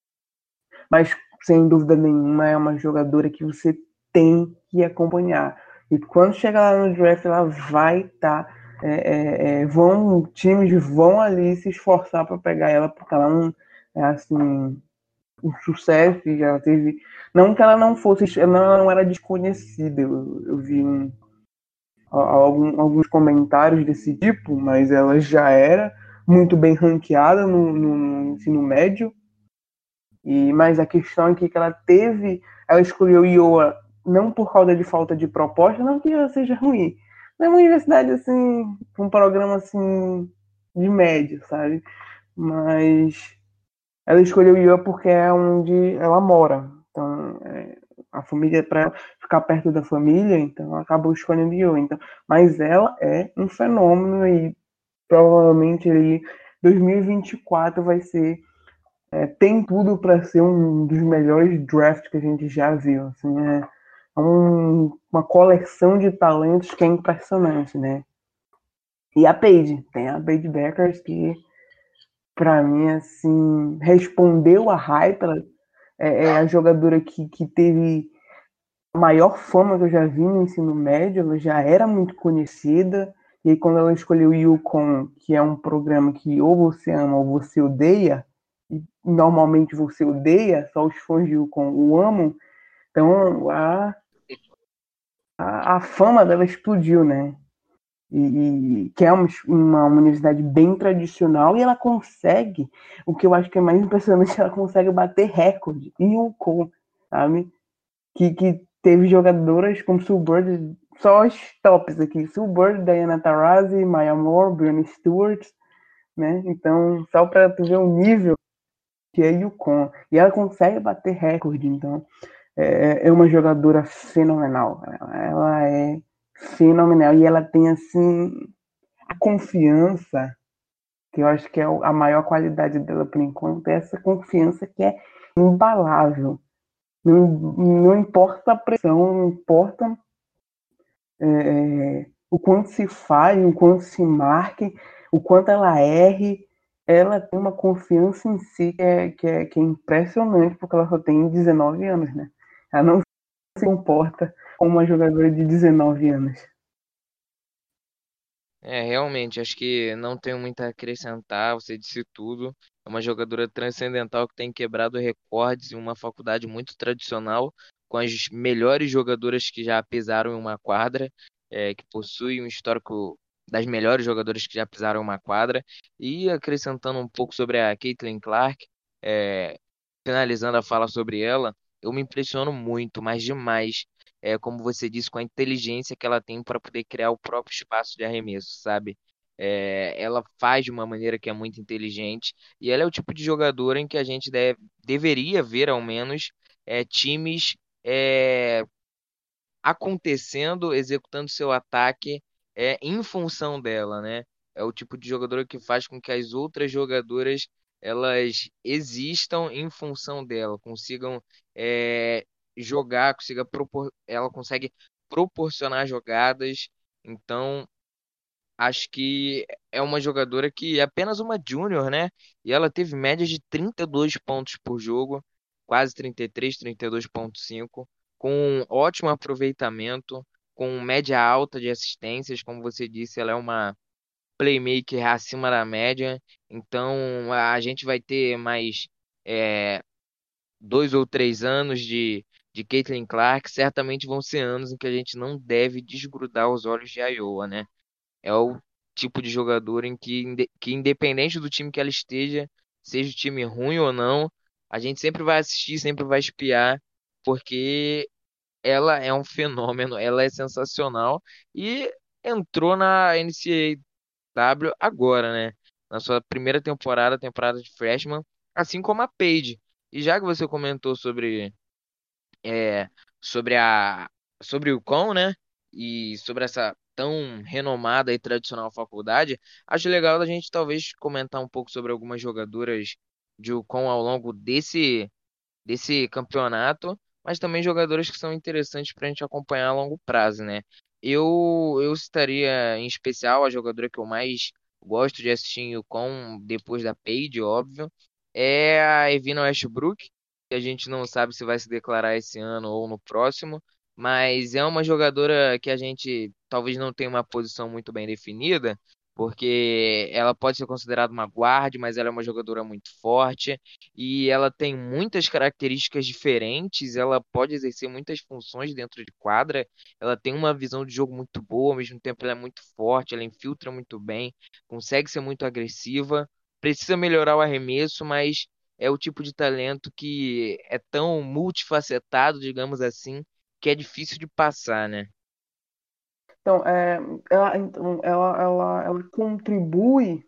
Mas sem dúvida nenhuma é uma jogadora que você tem que acompanhar. E quando chegar lá no draft, ela vai estar. Tá, é, é, é, vão, times vão ali se esforçar para pegar ela, porque ela não é assim um sucesso. E já teve. Não que ela não fosse, ela não era desconhecida. Eu, eu vi um, algum, alguns comentários desse tipo, mas ela já era muito bem ranqueada no, no ensino médio. E, mas a questão aqui é que ela teve, ela escolheu Iowa não por causa de falta de proposta, não que ela seja ruim. Não é uma universidade assim, um programa assim de médio, sabe? Mas ela escolheu Iowa porque é onde ela mora. Então, é, a família, para ficar perto da família, então ela acabou escolhendo Iowa. Então, mas ela é um fenômeno e provavelmente ali dois mil e vinte e quatro vai ser É, tem tudo para ser um dos melhores drafts que a gente já viu. Assim, é um, uma coleção de talentos que é impressionante, né? E a Paige, tem a Paige Bueckers que, para mim, assim, respondeu a hype. Ela é, é a jogadora que, que teve a maior fama que eu já vi no ensino médio. Ela já era muito conhecida. E aí, quando ela escolheu o UConn, que é um programa que ou você ama ou você odeia, e normalmente você odeia, só os fãs de UConn o amam, então a, a, a fama dela explodiu, né? E, e que é uma, uma universidade bem tradicional e ela consegue, o que eu acho que é mais impressionante, ela consegue bater recorde em UConn, sabe? Que, que teve jogadoras como Sue Bird, só os tops aqui, Sue Bird, Diana Taurasi, Maya Moore, Brianna Stewart, né? Então, só para tu ver o nível que é UConn. E ela consegue bater recorde, então é, é uma jogadora fenomenal. Ela é fenomenal e ela tem assim a confiança, que eu acho que é a maior qualidade dela por enquanto, é essa confiança que é imbalável. Não, não importa a pressão, não importa é, o quanto se faz, o quanto se marque, o quanto ela erre, ela tem uma confiança em si que é, que é, que é impressionante, porque ela só tem dezenove anos, né? Ela não se comporta como uma jogadora de dezenove anos. É, realmente, acho que não tenho muito a acrescentar, você disse tudo. É uma jogadora transcendental que tem quebrado recordes em uma faculdade muito tradicional, com as melhores jogadoras que já pisaram em uma quadra, é, que possui um histórico das melhores jogadoras que já pisaram em uma quadra. E acrescentando um pouco sobre a Caitlin Clark, é, finalizando a fala sobre ela, eu me impressiono muito, mas demais, é, como você disse, com a inteligência que ela tem para poder criar o próprio espaço de arremesso, sabe? É, ela faz de uma maneira que é muito inteligente e ela é o tipo de jogadora em que a gente deve, deveria ver, ao menos, é, times é, acontecendo, executando seu ataque é, em função dela, né? É o tipo de jogadora que faz com que as outras jogadoras elas existam em função dela, consigam é, jogar, consiga propor, ela consegue proporcionar jogadas. Então, acho que é uma jogadora que é apenas uma júnior, né? E ela teve média de trinta e dois pontos por jogo, quase trinta e três, trinta e dois vírgula cinco, com um ótimo aproveitamento, com média alta de assistências, como você disse, ela é uma playmaker acima da média. Então a gente vai ter mais é, dois ou três anos de, de Caitlin Clark, certamente vão ser anos em que a gente não deve desgrudar os olhos de Iowa, né? É o tipo de jogador em que, inde- que independente do time que ela esteja, seja o time ruim ou não, a gente sempre vai assistir, sempre vai espiar, porque ela é um fenômeno, ela é sensacional e entrou na N C A A agora, né? Na sua primeira temporada, temporada de freshman, assim como a Paige. E já que você comentou sobre é, sobre a sobre o Con, né? E sobre essa tão renomada e tradicional faculdade, acho legal da gente talvez comentar um pouco sobre algumas jogadoras de UConn ao longo desse desse campeonato, mas também jogadores que são interessantes para a gente acompanhar a longo prazo, né? Eu eu citaria em especial a jogadora que eu mais gosto de assistir em UConn depois da Paige, óbvio, é a Evina Westbrook, que a gente não sabe se vai se declarar esse ano ou no próximo, mas é uma jogadora que a gente talvez não tenha uma posição muito bem definida, porque ela pode ser considerada uma guarda, mas ela é uma jogadora muito forte e ela tem muitas características diferentes, ela pode exercer muitas funções dentro de quadra, ela tem uma visão de jogo muito boa, ao mesmo tempo ela é muito forte, ela infiltra muito bem, consegue ser muito agressiva, precisa melhorar o arremesso, mas é o tipo de talento que é tão multifacetado, digamos assim, que é difícil de passar, né? Então, é, ela, então, ela, ela, ela contribui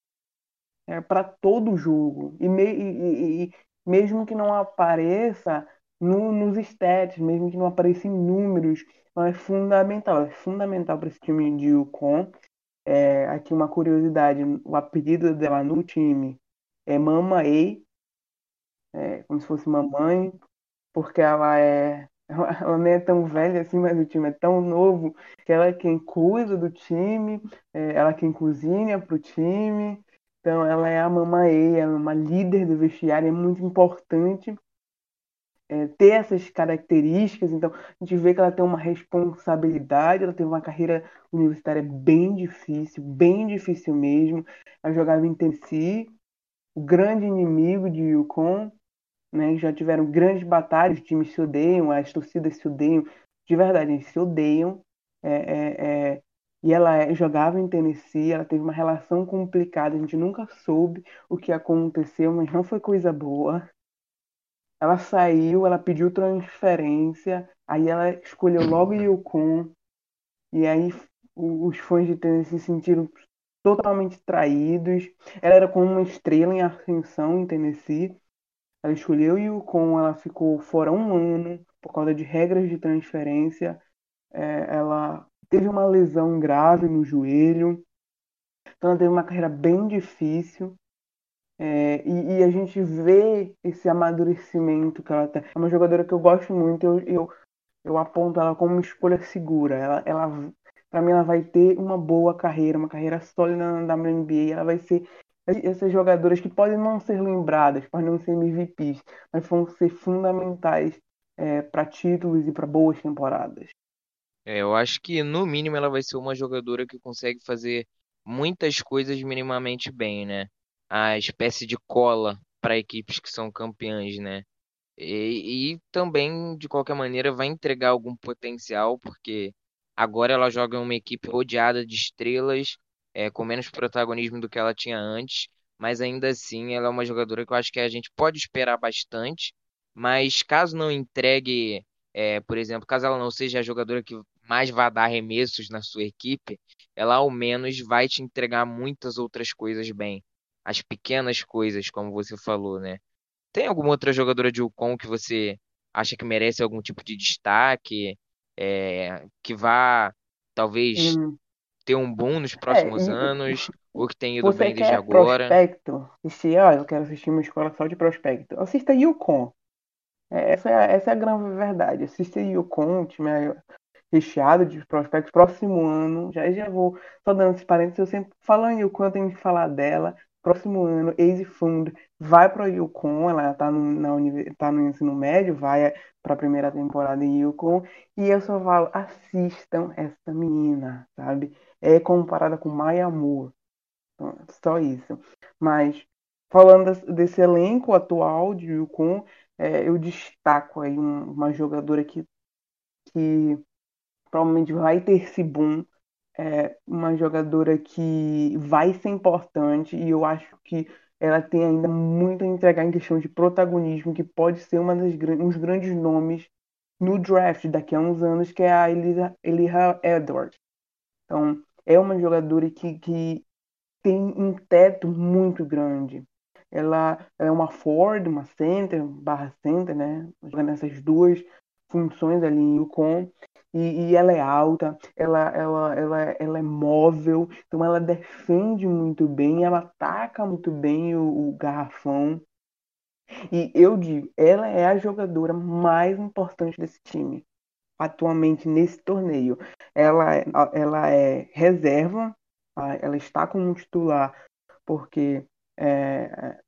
é, para todo o jogo. E, me, e, e- e mesmo que não apareça no, nos stats, mesmo que não apareça em números, ela é fundamental. É fundamental para esse time de Yukon. É, aqui uma curiosidade, o apelido dela no time é Mama A, é, como se fosse mamãe, porque ela é. Ela ela nem é tão velha assim, mas o time é tão novo que ela é quem cuida do time, é, ela é quem cozinha pro time. Então ela é a mamaê, ela é uma líder do vestiário, é muito importante é, ter essas características. Então a gente vê que ela tem uma responsabilidade, ela teve uma carreira universitária bem difícil, bem difícil mesmo. Ela jogava em Tennessee, o grande inimigo de UConn, né? Já tiveram grandes batalhas, os times se odeiam, as torcidas se odeiam, de verdade, eles se odeiam. É, é, é, e ela é- jogava em Tennessee, ela teve uma relação complicada, a gente nunca soube o que aconteceu, mas não foi coisa boa. Ela saiu, ela pediu transferência, aí ela escolheu logo o Yukon, e aí o- os fãs de Tennessee se sentiram totalmente traídos. Ela era como uma estrela em ascensão em Tennessee. ela escolheu o Yukon, ela ficou fora um ano por causa de regras de transferência. É, ela teve uma lesão grave no joelho, então ela teve uma carreira bem difícil. É, e, e a gente vê esse amadurecimento que ela tem. É uma jogadora que eu gosto muito, eu, eu, eu aponto ela como uma escolha segura. Ela, ela, para mim, ela vai ter uma boa carreira, uma carreira sólida na W N B A. Ela vai ser essas jogadoras que podem não ser lembradas, podem não ser M V Ps, mas vão ser fundamentais é, para títulos e para boas temporadas. É, eu acho que no mínimo ela vai ser uma jogadora que consegue fazer muitas coisas minimamente bem, né? A espécie de cola para equipes que são campeãs, né? E, e também, de qualquer maneira, vai entregar algum potencial, porque agora ela joga em uma equipe rodeada de estrelas, é, com menos protagonismo do que ela tinha antes, mas ainda assim ela é uma jogadora que eu acho que a gente pode esperar bastante, mas caso não entregue, é, por exemplo, caso ela não seja a jogadora que mais vai dar arremessos na sua equipe, ela ao menos vai te entregar muitas outras coisas bem. As pequenas coisas, como você falou, né? Tem alguma outra jogadora de Yukon que você acha que merece algum tipo de destaque, é, que vá talvez Hum, ter um boom nos é, próximos e anos, ou que tenha ido você bem desde quer agora? prospecto? Assistir, ah, eu quero assistir uma escola só de prospecto. Assista Yukon. É, Essa é, a- essa é a grande verdade. Assista Yukon, o time é recheado de prospectos. Próximo ano, já já vou só dando esse parênteses, eu sempre falo em Yukon, eu tenho que falar dela. Próximo ano, Ace Fund vai para o Yukon, ela está no, na univer- tá no ensino médio, vai para a primeira temporada em Yukon. E eu só falo, assistam essa menina, sabe? É comparada com Maya Moore. Então, só isso. Mas falando des- desse elenco atual de Yukon, é, eu destaco aí um- uma jogadora que, que provavelmente vai ter esse boom, é uma jogadora que vai ser importante e eu acho que ela tem ainda muito a entregar em questão de protagonismo, que pode ser uma das gran- uns grandes nomes no draft daqui a uns anos, que é a Elisa, Elisa Edwards. Então, é uma jogadora que, que tem um teto muito grande. Ela é uma Ford, uma center, barra center, né? Jogando essas duas funções ali em Yukon. E, e ela é alta, ela, ela, ela, ela é móvel, então ela defende muito bem, ela ataca muito bem o, o garrafão. E eu digo, ela é a jogadora mais importante desse time atualmente nesse torneio. Ela, é- ela é reserva, tá? Ela está como titular porque é,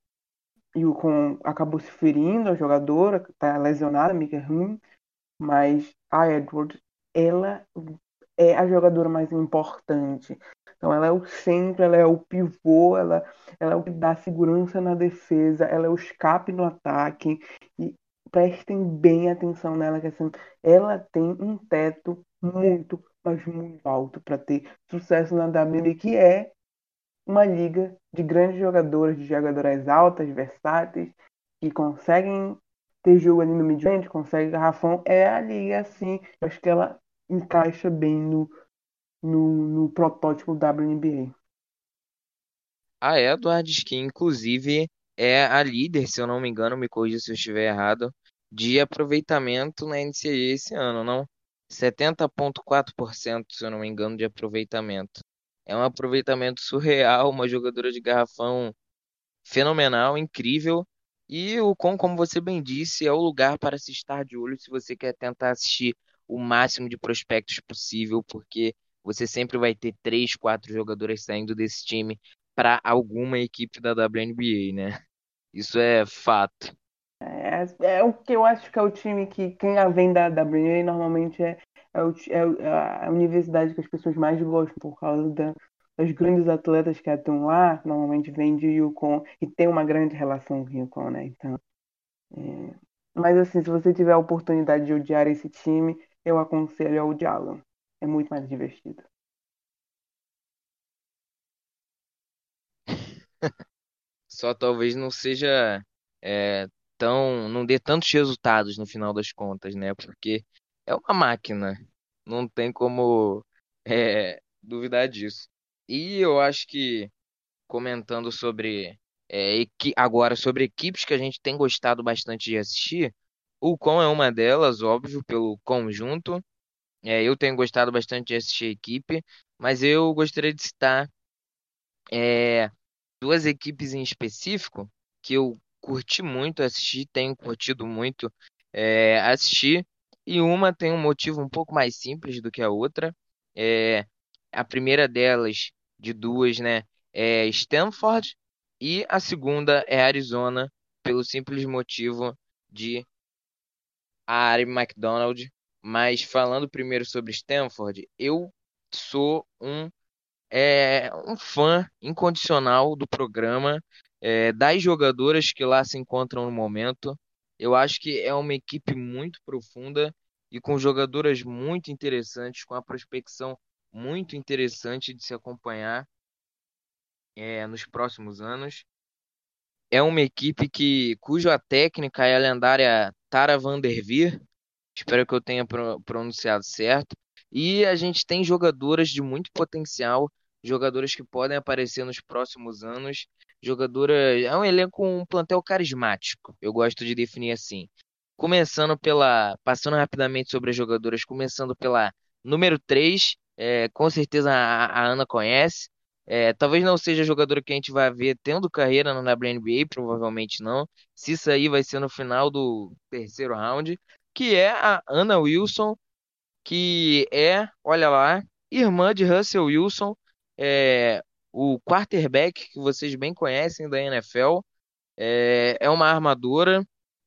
Yukon acabou se ferindo, a jogadora está lesionada, Mika Rim, mas a Edwards, ela é a jogadora mais importante. Então ela é o centro, ela é o pivô, ela, ela é o que dá segurança na defesa, ela é o escape no ataque. E prestem bem atenção nela, que assim, ela tem um teto muito, mas muito alto para ter sucesso na W N B A, que é uma liga de grandes jogadores, de jogadoras altas, versáteis, que conseguem ter jogo ali no mid-range, conseguem garrafão. É a liga, assim, eu acho que ela encaixa bem no, no, no protótipo W N B A. A Edwards, que inclusive é a líder, se eu não me engano, me corrija se eu estiver errado, de aproveitamento na N C A A esse ano, não? setenta vírgula quatro por cento, se eu não me engano, de aproveitamento. É um aproveitamento surreal, uma jogadora de garrafão fenomenal, incrível. E o Com, como você bem disse, é o lugar para se estar de olho se você quer tentar assistir o máximo de prospectos possível, porque você sempre vai ter três, quatro jogadores saindo desse time para alguma equipe da W N B A, né? Isso é fato. É, é o que eu acho que é o time que quem vem da W N B A normalmente é, é, o, ti- é o- é a universidade que as pessoas mais gostam por causa da, das grandes atletas que atuam lá, normalmente vêm de Yukon e tem uma grande relação com o Yukon, né? Então, é, mas assim, se você tiver a oportunidade de odiar esse time, eu aconselho a odiá-lo. É muito mais divertido. Só talvez não seja é, tão, não dê tantos resultados no final das contas, né? Porque é uma máquina, não tem como é, duvidar disso. E eu acho que comentando sobre É, e que, agora, sobre equipes que a gente tem gostado bastante de assistir, o Com é uma delas, óbvio, pelo conjunto. É, eu tenho gostado bastante de assistir a equipe, mas eu gostaria de citar é, duas equipes em específico que eu curti muito assistir, tenho curtido muito é, assistir, e uma tem um motivo um pouco mais simples do que a outra. É, a primeira delas, de duas, né, é Stanford, e a segunda é Arizona, pelo simples motivo de Ari McDonald. Mas falando primeiro sobre Stanford, eu sou um é um fã incondicional do programa, é, das jogadoras que lá se encontram no momento. Eu acho que é uma equipe muito profunda e com jogadoras muito interessantes, com a prospecção muito interessante de se acompanhar, é, nos próximos anos. É uma equipe que cuja técnica é a lendária Tara Vanderveer. Espero que eu tenha pro- pronunciado certo. E a gente tem jogadoras de muito potencial, jogadoras que podem aparecer nos próximos anos. Jogadoras. É um elenco, um plantel carismático. Eu gosto de definir assim. Começando pela. Passando rapidamente sobre as jogadoras, começando pela número três, é, com certeza a, a Ana conhece. É, talvez não seja a jogadora que a gente vai ver tendo carreira na W N B A, provavelmente não. Se sair, vai ser no final do terceiro round, que é a Anna Wilson, que é, olha lá, irmã de Russell Wilson, é, o quarterback que vocês bem conhecem da N F L. É, é uma armadora,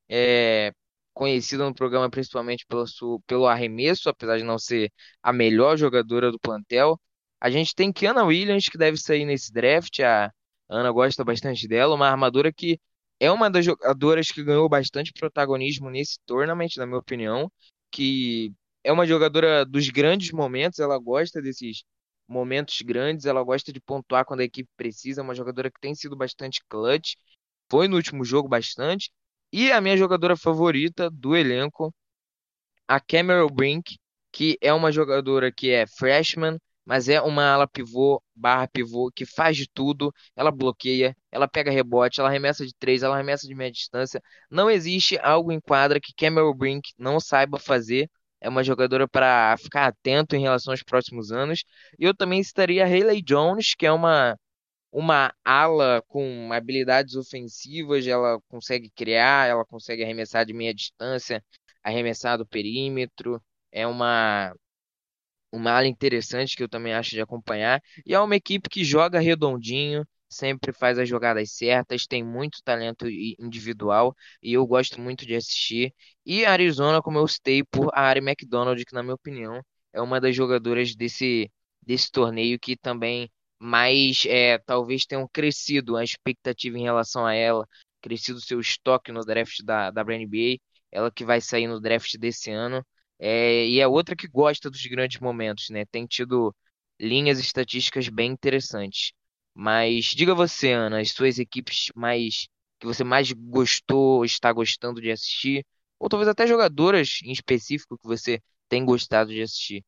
é, conhecida no programa principalmente pelo, su- pelo arremesso, apesar de não ser a melhor jogadora do plantel. A gente tem Kiana Williams, que deve sair nesse draft. A Ana gosta bastante dela, uma armadora que é uma das jogadoras que ganhou bastante protagonismo nesse tournament, na minha opinião, que é uma jogadora dos grandes momentos, ela gosta desses momentos grandes, ela gosta de pontuar quando a equipe precisa, é uma jogadora que tem sido bastante clutch, foi no último jogo bastante. E a minha jogadora favorita do elenco, a Cameron Brink, que é uma jogadora que é freshman, mas é uma ala pivô, barra pivô, que faz de tudo. Ela bloqueia, ela pega rebote, ela arremessa de três, ela arremessa de média distância. Não existe algo em quadra que Cameron Brink não saiba fazer. É uma jogadora para ficar atento em relação aos próximos anos. E eu também citaria a Hayley Jones, que é uma uma ala com habilidades ofensivas, ela consegue criar, ela consegue arremessar de meia distância, arremessar do perímetro. É uma, uma ala interessante que eu também acho de acompanhar. E é uma equipe que joga redondinho, sempre faz as jogadas certas, tem muito talento i- individual e eu gosto muito de assistir. E a Arizona, como eu citei, por a Ari McDonald, que na minha opinião é uma das jogadoras desse, desse torneio que também mais é, talvez tenham crescido a expectativa em relação a ela, crescido seu estoque no draft da, da W N B A, ela que vai sair no draft desse ano. É, e é outra que gosta dos grandes momentos, né? Tem tido linhas estatísticas bem interessantes. Mas diga você, Ana, as suas equipes mais que você mais gostou, está gostando de assistir, ou talvez até jogadoras em específico que você tem gostado de assistir.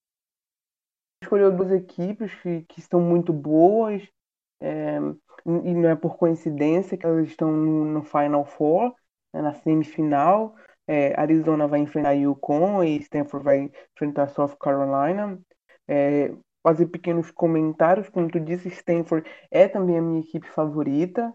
Escolheu duas equipes que, que estão muito boas, é, e não é por coincidência que elas estão no, no Final Four, né, na semifinal. É, Arizona vai enfrentar Yukon e Stanford vai enfrentar South Carolina. É, fazer pequenos comentários, como tu disse, Stanford é também a minha equipe favorita.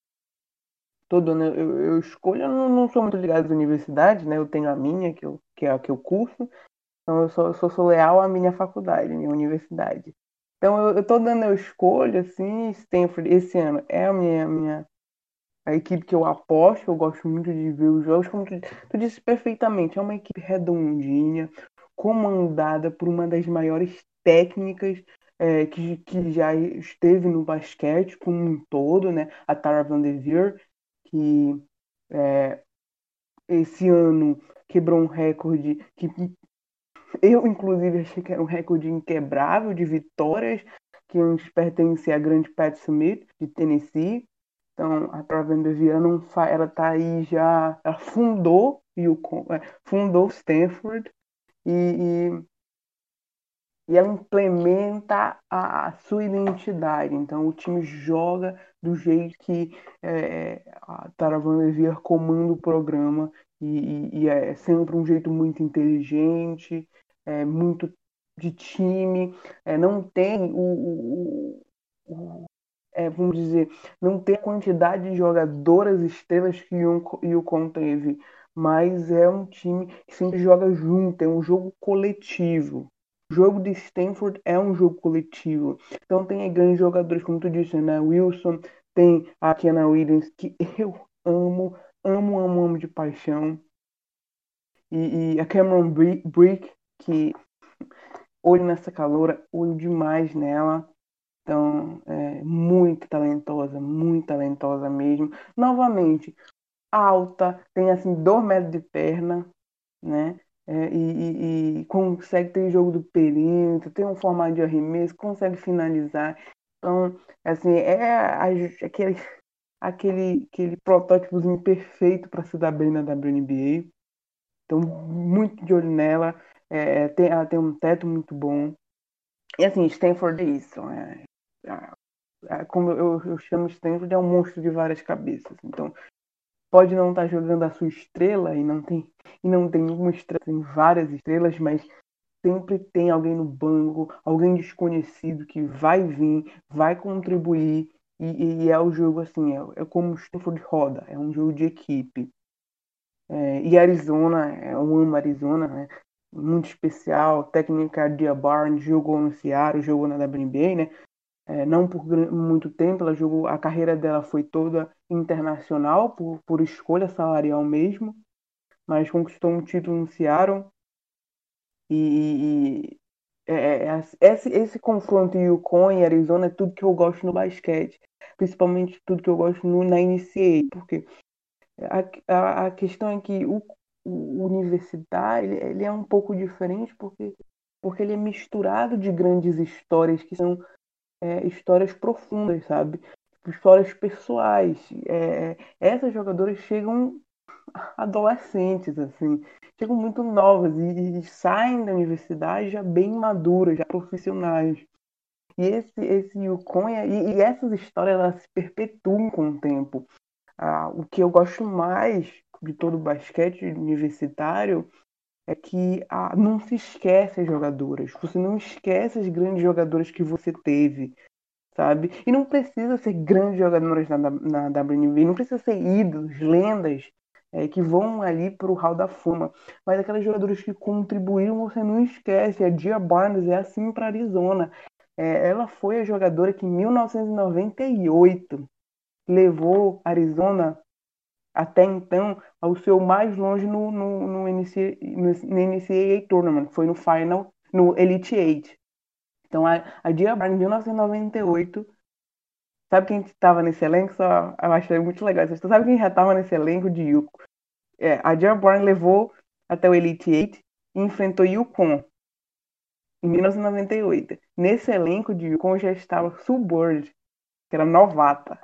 Todo ano eu, eu escolho, eu não, não sou muito ligado às universidades, né? Eu tenho a minha, que, eu, que é a que eu curso. Então eu sou, eu sou, sou leal à minha faculdade, à minha universidade. Então eu, eu tô dando a escolha, assim, Stanford esse ano é a minha, minha a equipe que eu aposto, eu gosto muito de ver os jogos, como tu, tu disse perfeitamente, é uma equipe redondinha, comandada por uma das maiores técnicas é, que, que já esteve no basquete como um todo, né? A Tara Vanderveer, que é, esse ano quebrou um recorde que eu, inclusive, achei que era um recorde inquebrável de vitórias, que antes pertencia à grande Pat Smith, de Tennessee. Então, a Travenda Viana, ela tá aí já, ela fundou, Yukon, é, fundou Stanford, e, e ela implementa a, a sua identidade. Então o time joga do jeito que é, a Tara VanDerveer comanda o programa e, e, e é sempre um jeito muito inteligente, é, muito de time, é, não tem o, o, o é, vamos dizer, não tem a quantidade de jogadoras estrelas que o Yukon teve, mas é um time que sempre joga junto, é um jogo coletivo. O jogo de Stanford é um jogo coletivo. Então tem aí grandes jogadores, como tu disse, né? Wilson, tem a Kiana Williams, que eu amo, amo, amo, amo de paixão. E, e a Cameron Brick, que olho nessa caloura, olho demais nela. Então, é muito talentosa, muito talentosa mesmo. Novamente, alta, tem assim dois metros de perna, né? É, e, e, e consegue ter jogo do perímetro, tem um formato de arremesso, consegue finalizar. Então, assim, é a, aquele, aquele, aquele protótipozinho perfeito para se dar bem na W N B A. Então, muito de olho nela. É, tem, ela tem um teto muito bom. E assim, Stanford é isso. É, é, como eu, eu chamo Stanford, é um monstro de várias cabeças. Então, pode não estar jogando a sua estrela e não tem e não tem uma estrela, tem várias estrelas, mas sempre tem alguém no banco, alguém desconhecido que vai vir, vai contribuir e, e é o jogo assim, é, é como o Stanford roda, é um jogo de equipe. É, e Arizona, eu amo Arizona, né? Muito especial, técnica de Barnes, jogou no Seattle, jogou na W N B A, né? É, não por muito tempo, ela jogou, a carreira dela foi toda internacional, por, por escolha salarial mesmo, mas conquistou um título no Seattle. E, e é, é, é, esse, esse confronto Yukon e Arizona é tudo que eu gosto no basquete, principalmente tudo que eu gosto no, na N C A A, porque a, a, a questão é que o, o universitário ele, ele é um pouco diferente, porque, porque ele é misturado de grandes histórias que são é, histórias profundas, sabe? Histórias pessoais. É, essas jogadoras chegam adolescentes, assim, chegam muito novas e, e saem da universidade já bem maduras, já profissionais. E esse, esse Yukon e, e essas histórias elas se perpetuam com o tempo. Ah, o que eu gosto mais de todo o basquete universitário é que ah, não se esquece as jogadoras. Você não esquece as grandes jogadoras que você teve, sabe? E não precisa ser grandes jogadores na, na W N B A, não precisa ser ídolos, lendas é, que vão ali para o Hall da Fama, mas aquelas jogadoras que contribuíram você não esquece. A Gia Barnes é assim para Arizona. É, ela foi a jogadora que em mil novecentos e noventa e oito levou Arizona até então ao seu mais longe no, no, no, N C, no, no N C A A Tournament, foi no Final, no Elite Eight. Então a, a Gia Barnes, em mil novecentos e noventa e oito, sabe quem estava nesse elenco? Só, eu achei muito legal. Você sabe quem já estava nesse elenco de Yukon? É, a Gia Barnes levou até o Elite Eight e enfrentou Yukon em mil novecentos e noventa e oito. Nesse elenco de Yukon já estava Sue Bird, que era novata.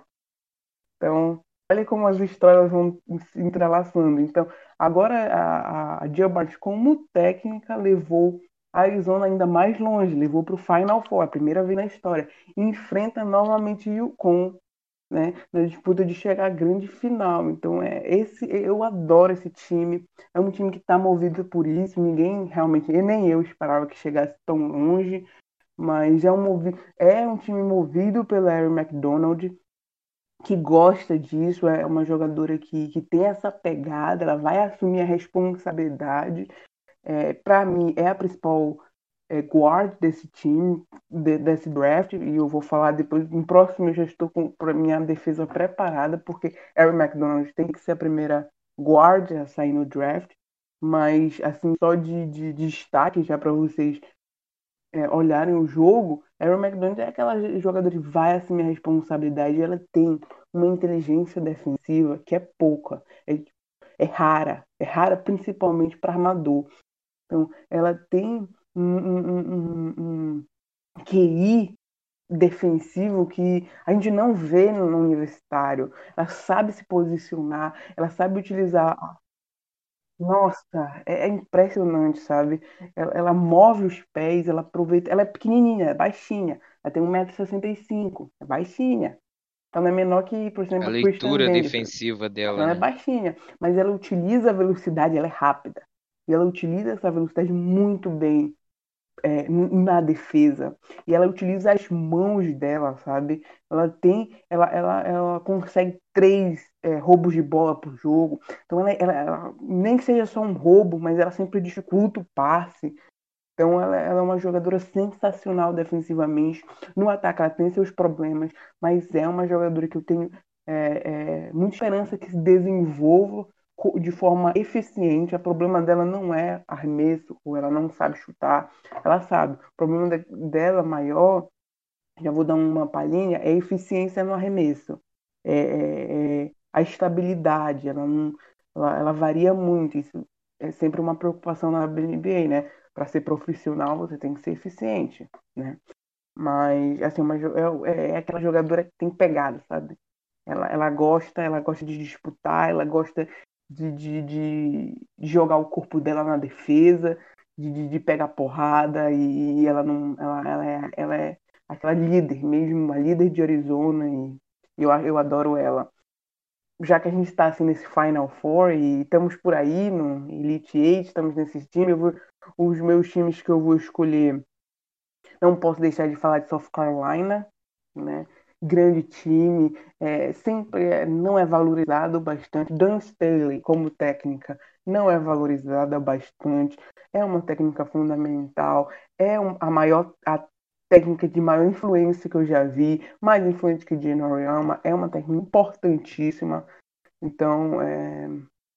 Então, olha como as histórias vão se entrelaçando. Então, agora a, a Gia Barnes, como técnica, levou a Arizona ainda mais longe, levou para o Final Four, a primeira vez na história. E enfrenta novamente o Yukon, né, na disputa de chegar à grande final. Então, é esse, eu adoro esse time. É um time que está movido por isso. Ninguém realmente, e nem eu esperava que chegasse tão longe. Mas é um, movi é um time movido pela Erin McDonald, que gosta disso, é uma jogadora que, que tem essa pegada, ela vai assumir a responsabilidade. É, para mim, é a principal é, guard desse time, de, desse draft, e eu vou falar depois. No próximo, eu já estou com a minha defesa preparada, porque Erin McDonald tem que ser a primeira guard a sair no draft. Mas, assim, só de, de, de destaque, já para vocês é, olharem o jogo, Aaron McDonald é aquela jogadora que vai assumir a responsabilidade e ela tem uma inteligência defensiva que é pouca, é, é rara, é rara principalmente para armador. Então, ela tem um, um, um, um, um Q I defensivo que a gente não vê no universitário. Ela sabe se posicionar, ela sabe utilizar Nossa, é, é impressionante, sabe? Ela, ela move os pés, ela aproveita. Ela é pequenininha, é baixinha. Ela tem um metro e sessenta e cinco, é baixinha. Então não é menor que, por A exemplo, a Kristen leitura Davis. defensiva dela, Ela é né? baixinha, mas ela utiliza a velocidade, ela é rápida. E ela utiliza essa velocidade muito bem é, na defesa. E ela utiliza as mãos dela, sabe? Ela tem, ela, ela, ela consegue três é, roubos de bola por jogo. Então ela, ela, ela- nem que seja só um roubo, mas ela sempre dificulta o passe. Então ela, ela é uma jogadora sensacional defensivamente. No ataque ela tem seus problemas, mas é uma jogadora que eu tenho é, é, muita esperança que se desenvolva de forma eficiente. O problema dela não é arremesso, ou ela não sabe chutar, ela sabe. O problema de, dela maior, já vou dar uma palhinha, é a eficiência no arremesso. É, é, é a estabilidade, ela, não, ela, ela varia muito. Isso é sempre uma preocupação na N B A, né? Para ser profissional, você tem que ser eficiente, né? Mas, assim, uma, é, é aquela jogadora que tem pegada, sabe? Ela, ela gosta, ela gosta de disputar, ela gosta de, de, de, de jogar o corpo dela na defesa, de, de, de pegar porrada, e, e ela não. Ela, ela, é, ela é aquela líder mesmo, uma líder de Arizona, e eu, eu adoro ela. Já que a gente está assim nesse Final Four e estamos por aí no Elite Eight, estamos nesse time, eu vou, os meus times que eu vou escolher, não posso deixar de falar de South Carolina, né? Grande time, é, sempre é, não é valorizado bastante. Dan Staley, como técnica, não é valorizada bastante. É uma técnica fundamental, é um, a maior a técnica de maior influência que eu já vi, mais influente que Jane Auriemma, é uma técnica importantíssima. Então, é,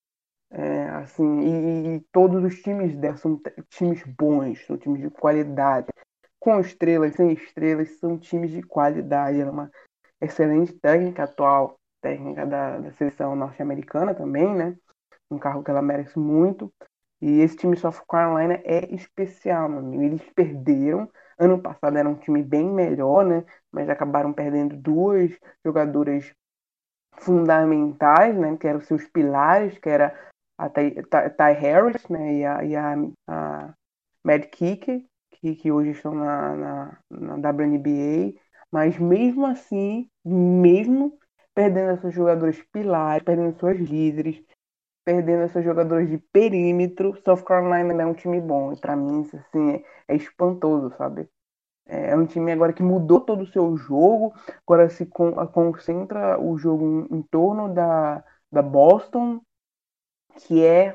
é assim, e, e todos os times dela são times bons, são times de qualidade com estrelas, sem estrelas, são times de qualidade. Ela é uma excelente técnica atual, técnica da, da seleção norte-americana também, né? Um cargo que ela merece muito. E esse time South Carolina é especial, meu amigo. Eles perderam. Ano passado era um time bem melhor, né? Mas acabaram perdendo duas jogadoras fundamentais, né? Que eram seus pilares, que era a Ty, Ty, Ty Harris, né? E a, e a, a Mad Kicker, que, que hoje estão na, na, na W N B A, mas mesmo assim, mesmo perdendo essas jogadoras pilares, perdendo suas líderes, perdendo essas jogadoras de perímetro, South Carolina é um time bom. E para mim isso assim, é, é espantoso, sabe? É um time agora que mudou todo o seu jogo, agora se con concentra o jogo em, em torno da, da Boston, que é,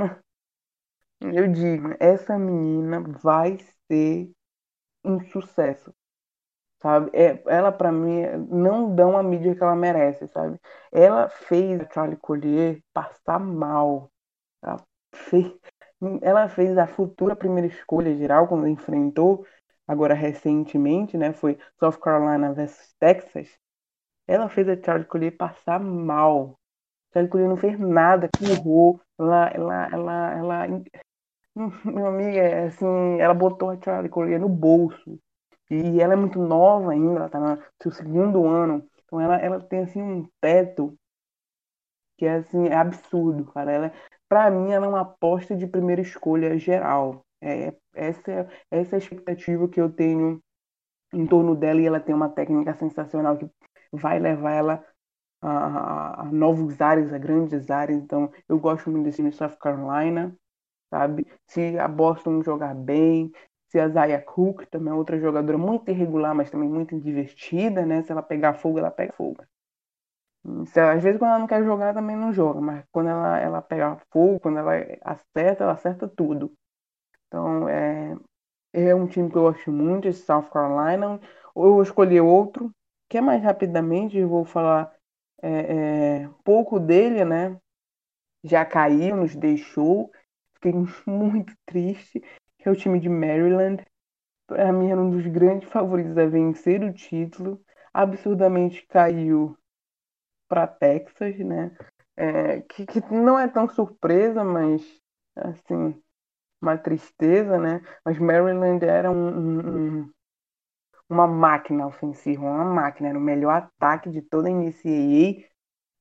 eu digo, essa menina vai ser um sucesso, sabe? É, ela, para mim, não dão a mídia que ela merece, sabe? Ela fez a Charlie Collier passar mal. Ela fez, ela fez a futura primeira escolha geral quando enfrentou, agora recentemente, né? Foi South Carolina versus Texas. Ela fez a Charlie Collier passar mal. Charlie Collier não fez nada, currou. Ela, ela, ela, ela, meu amigo, é assim, ela botou a Charlie Collier no bolso. E ela é muito nova ainda, ela tá no seu segundo ano. Então ela, ela tem assim um teto que é assim, é absurdo, cara. Ela, pra mim, ela é uma aposta de primeira escolha geral. É, essa, é- essa é a expectativa que eu tenho em torno dela e ela tem uma técnica sensacional que vai levar ela a, a- a novos áreas, a grandes áreas. Então, eu gosto muito desse time de South Carolina, sabe? Se a Boston jogar bem, se a Zaya Cook também é outra jogadora muito irregular, mas também muito divertida, né? Se ela pegar fogo, ela pega fogo. Se ela- às vezes quando ela não quer jogar, também não joga, mas quando ela, ela pega fogo, quando ela acerta, ela acerta tudo. Então, é, é um time que eu gosto muito, esse South Carolina. Ou eu vou escolher outro, que é mais rapidamente, eu vou falar é, é, pouco dele, né? Já caiu, nos deixou. Fiquei muito triste, que é o time de Maryland. Para mim era um dos grandes favoritos a vencer o título. Absurdamente caiu para Texas, né? É, que, que não é tão surpresa, mas assim, uma tristeza, né? Mas Maryland era um, um- um- uma máquina ofensiva, uma máquina, era o melhor ataque de toda a N C A A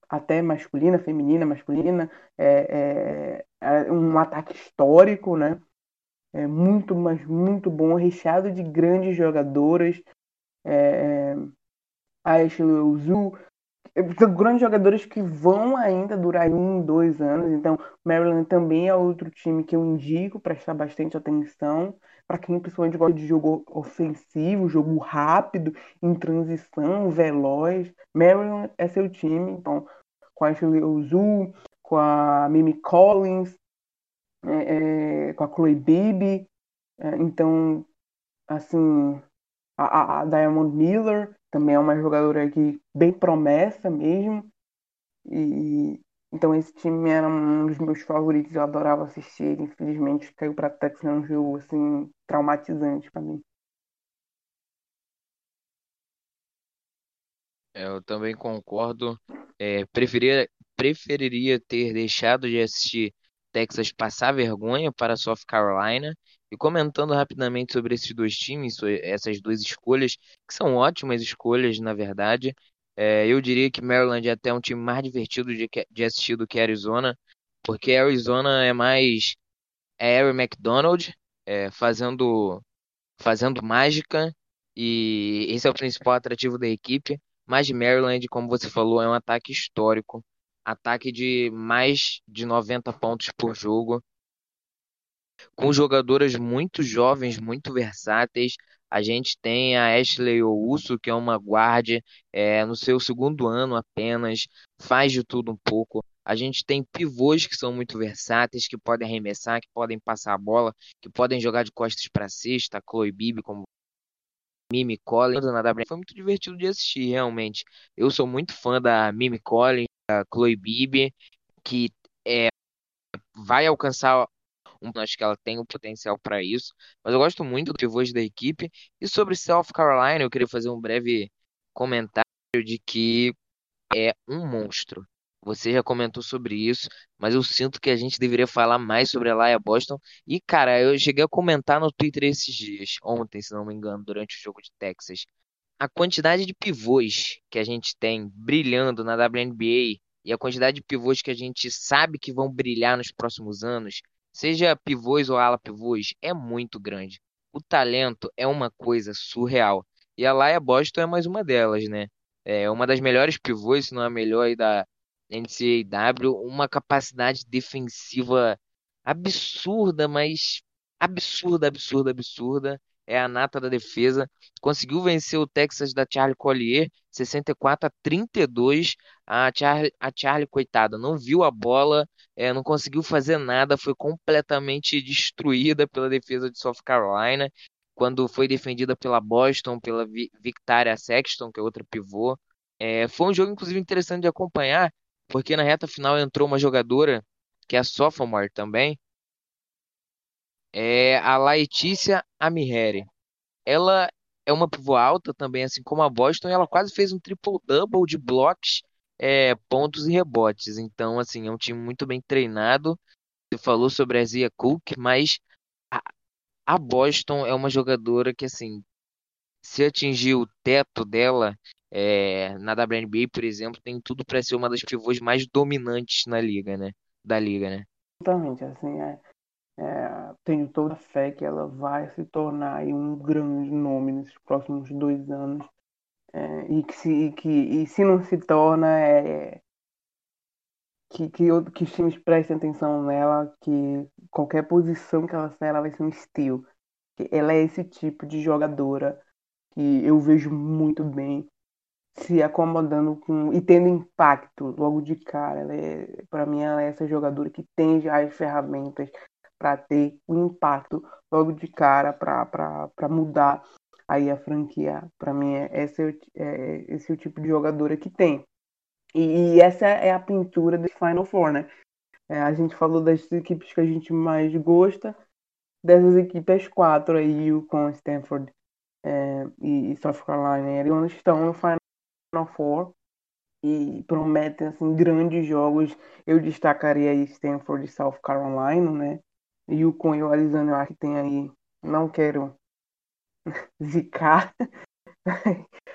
até masculina, feminina, masculina, é, é, é um ataque histórico, né? É muito, mas muito bom, recheado de grandes jogadoras. É, a Ashley Ozu, são grandes jogadores que vão ainda durar um, dois anos. Então, Maryland também é outro time que eu indico prestar bastante atenção. Para quem principalmente gosta de jogo ofensivo, jogo rápido, em transição, veloz. Maryland é seu time. Então, com a Ashley Ozu, com a Mimi Collins, é, é, com a Chloe Beebe. É, então, assim, a, a Diamond Miller também é uma jogadora que bem promessa mesmo. E então esse time era um dos meus favoritos, eu adorava assistir ele. Infelizmente caiu para Texas num jogo assim traumatizante para mim. É, eu também concordo. É, preferia, preferiria ter deixado de assistir Texas passar vergonha para South Carolina. E comentando rapidamente sobre esses dois times, so- essas duas escolhas, que são ótimas escolhas, na verdade. É, eu diria que Maryland é até um time mais divertido de, que- de assistir do que Arizona, porque Arizona é mais é Aaron McDonald é, fazendo fazendo mágica, e esse é o principal atrativo da equipe. Mas Maryland, como você falou, é um ataque histórico, ataque de mais de noventa pontos por jogo, com jogadoras muito jovens, muito versáteis. A gente tem a Ashley Owusu, que é uma guarda, é, no seu segundo ano apenas, faz de tudo um pouco. A gente tem pivôs que são muito versáteis, que podem arremessar, que podem passar a bola, que podem jogar de costas para cesta. A Chloe Bibi, como Mimi Collins na W N B A. Foi muito divertido de assistir, realmente. Eu sou muito fã da Mimi Collins, da Chloe Bibi, que vai alcançar um, acho que ela tem o potencial para isso, mas eu gosto muito do pivôs da equipe. E sobre South Carolina, eu queria fazer um breve comentário de que é um monstro. Você já comentou sobre isso, mas eu sinto que a gente deveria falar mais sobre a Laia Boston. E, cara, eu cheguei a comentar no Twitter esses dias, ontem, se não me engano, durante o jogo de Texas. A quantidade de pivôs que a gente tem brilhando na W N B A e a quantidade de pivôs que a gente sabe que vão brilhar nos próximos anos, seja pivôs ou ala pivôs, é muito grande. O talento é uma coisa surreal. E a Laia Boston é mais uma delas, né? É uma das melhores pivôs, se não a melhor aí da N C A A W, uma capacidade defensiva absurda, mas absurda, absurda, absurda. É a nata da defesa. Conseguiu vencer o Texas da Charlie Collier, sessenta e quatro a trinta e dois. A Charlie, a Charlie, coitada, não viu a bola, é, não conseguiu fazer nada, foi completamente destruída pela defesa de South Carolina, quando foi defendida pela Boston, pela Vi- Victaria Sexton, que é outra pivô. É, foi um jogo, inclusive, interessante de acompanhar, porque na reta final entrou uma jogadora, que é a sophomore também, é a Laeticia Amihere. Ela é uma pivô alta também, assim como a Boston, e ela quase fez um triple-double de blocos, é, pontos e rebotes. Então, assim, é um time muito bem treinado. Você falou sobre a Zia Cook, mas a, a Boston é uma jogadora que, assim, se atingir o teto dela, é, na W N B A, por exemplo, tem tudo para ser uma das pivôs mais dominantes na liga, né? Da liga, né? Exatamente, assim, é, é, tenho toda a fé que ela vai se tornar aí um grande nome nesses próximos dois anos. É, e que se, e que, e se não se torna, é, que, que, eu- que os times prestem atenção nela, que qualquer posição que ela sair, ela vai ser um steal. Que ela é esse tipo de jogadora que eu vejo muito bem se acomodando com e tendo impacto logo de cara. Ela é, para mim, ela é essa jogadora que tem já as ferramentas para ter o impacto logo de cara para mudar aí a franquia. Para mim, é, esse, é, o- é, esse é o tipo de jogadora que tem. E, e essa é a pintura do Final Four, né? É, a gente falou das equipes que a gente mais gosta, dessas equipes quatro aí, o com Stanford é, e, e South Carolina, eles estão no Final Four e prometem assim grandes jogos. Eu destacaria aí Stanford e South Carolina, né? E o com o Arizona, eu acho que tem aí, não quero zicar,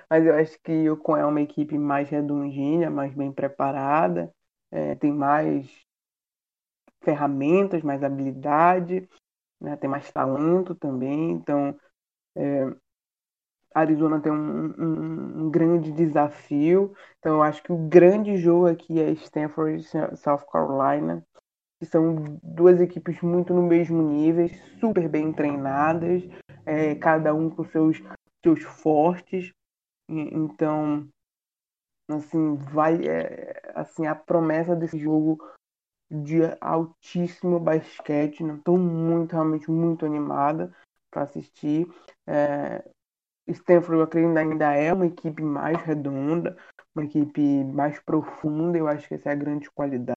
Mas eu acho que o Con é uma equipe mais redondinha, mais bem preparada, é, tem mais ferramentas, mais habilidade, né, tem mais talento também. Então, é, a Arizona tem um, um, um grande desafio. Então, eu acho que o grande jogo aqui é Stanford e South Carolina, que são duas equipes muito no mesmo nível, super bem treinadas, é, cada um com seus, seus fortes. Então, assim, vai, é, assim, a promessa desse jogo de altíssimo basquete. Não estou muito, realmente muito animada para assistir. É, Stanford, eu acredito, ainda é uma equipe mais redonda, uma equipe mais profunda. Eu acho que essa é a grande qualidade.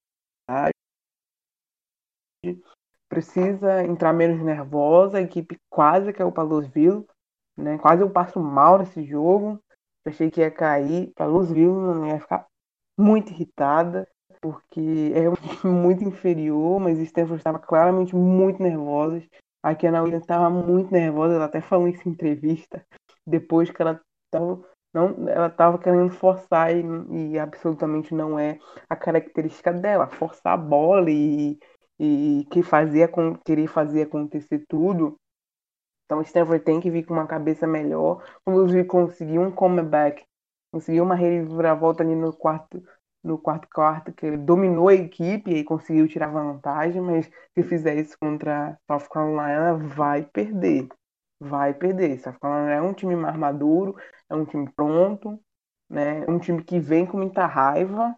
Precisa entrar menos nervosa. A equipe quase caiu para Louisville, né? Quase eu passo mal nesse jogo. Achei que ia cair para Louisville, não ia ficar muito irritada, porque é um time muito inferior, mas Stanford estava claramente muito nervosa. A Kiana Williams estava muito nervosa, ela até falou isso em entrevista, depois que ela estava não, ela estava querendo forçar e, e absolutamente não é a característica dela, forçar a bola e, e que fazia, querer fazer acontecer tudo. Então o Stanford tem que vir com uma cabeça melhor. Inclusive conseguiu um comeback, conseguiu uma reviravolta ali no quarto, no quarto quarto, que ele dominou a equipe e conseguiu tirar vantagem, mas se fizer isso contra South Carolina, vai perder. Vai perder. South Carolina é um time mais maduro, é um time pronto, né? É um time que vem com muita raiva,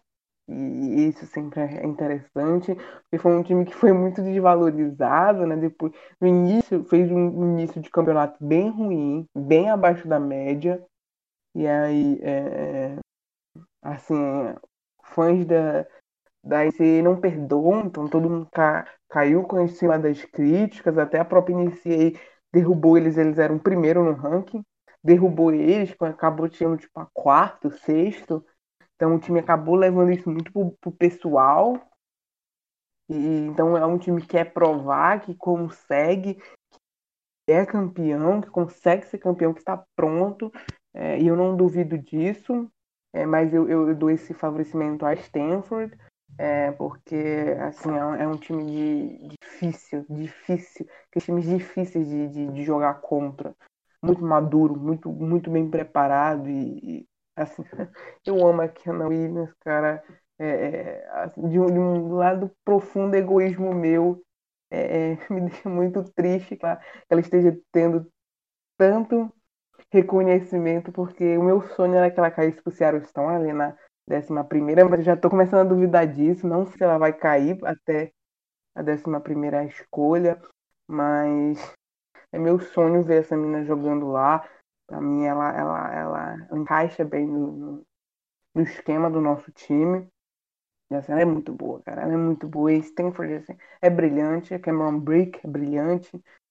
e isso sempre é interessante, porque foi um time que foi muito desvalorizado, né? Depois, no início, fez um início de campeonato bem ruim, bem abaixo da média, e aí, é, assim, fãs da, da N C A A não perdoam, então todo mundo ca, caiu com em cima das críticas, até a própria N C A A derrubou eles, eles eram primeiro no ranking, derrubou eles, acabou tirando tipo a quarto, sexto. Então o time acabou levando isso muito pro, pro pessoal. E, então é um time que quer provar que consegue, que é campeão, que consegue ser campeão, que está pronto. É, e eu não duvido disso. É, mas eu, eu, eu dou esse favorecimento a Stanford. É, porque assim, é um, é um time de, difícil, difícil. Que times difíceis de, de, de jogar contra. Muito maduro, muito, muito bem preparado. E, e assim, eu amo a Kiana Williams, cara. É, é, assim, de, um, de um lado profundo egoísmo meu, é, é, me deixa muito triste que ela, que ela esteja tendo tanto reconhecimento, porque o meu sonho era que ela caísse pro Seattle Storm ali na décima primeira, mas eu já tô começando a duvidar disso, não sei se ela vai cair até a décima primeira escolha, mas é meu sonho ver essa menina jogando lá. Pra mim ela, ela, ela encaixa bem no, no, no esquema do nosso time. E, assim, ela é muito boa, cara. Ela é muito boa. E Stanford assim, é brilhante. A Cameron Brick é brilhante.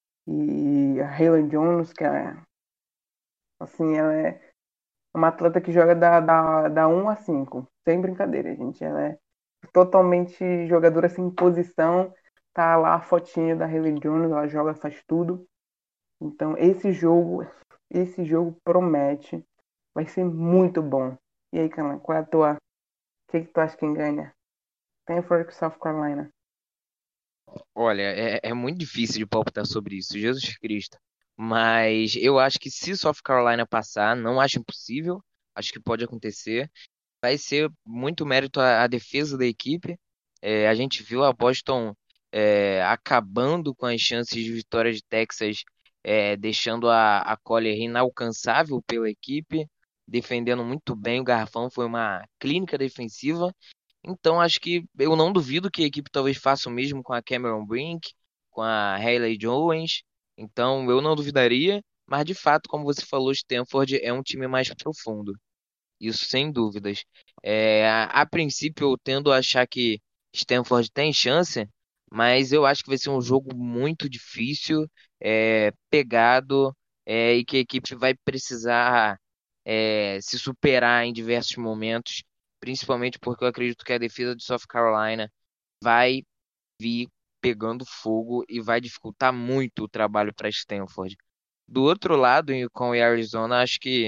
E a Hayley Jones, que é, assim, ela é uma atleta que joga da, da, da um a cinco. Sem brincadeira, gente. Ela é totalmente jogadora sem posição. Tá lá a fotinha da Hayley Jones. Ela joga, faz tudo. Então, esse jogo, esse jogo promete. Vai ser muito bom. E aí, Cana, qual é a tua... O que, que tu acha quem ganha? Stanford e South Carolina. Olha, é, é muito difícil de palpitar sobre isso, Jesus Cristo. Mas eu acho que se South Carolina passar, não acho impossível, acho que pode acontecer. Vai ser muito mérito à, à defesa da equipe. É, a gente viu a Boston é, acabando com as chances de vitória de Texas, é, deixando a, a Collier inalcançável pela equipe, defendendo muito bem o garrafão. Foi uma clínica defensiva. Então acho que eu não duvido que a equipe talvez faça o mesmo com a Cameron Brink, com a Hayley Jones. Então eu não duvidaria, mas de fato, como você falou, Stanford é um time mais profundo. Isso sem dúvidas. É, a, a princípio eu tendo a achar que Stanford tem chance, mas eu acho que vai ser um jogo muito difícil, é, pegado, é, e que a equipe vai precisar é, se superar em diversos momentos, principalmente porque eu acredito que a defesa de South Carolina vai vir pegando fogo e vai dificultar muito o trabalho para Stanford. Do outro lado, e com o Arizona, acho que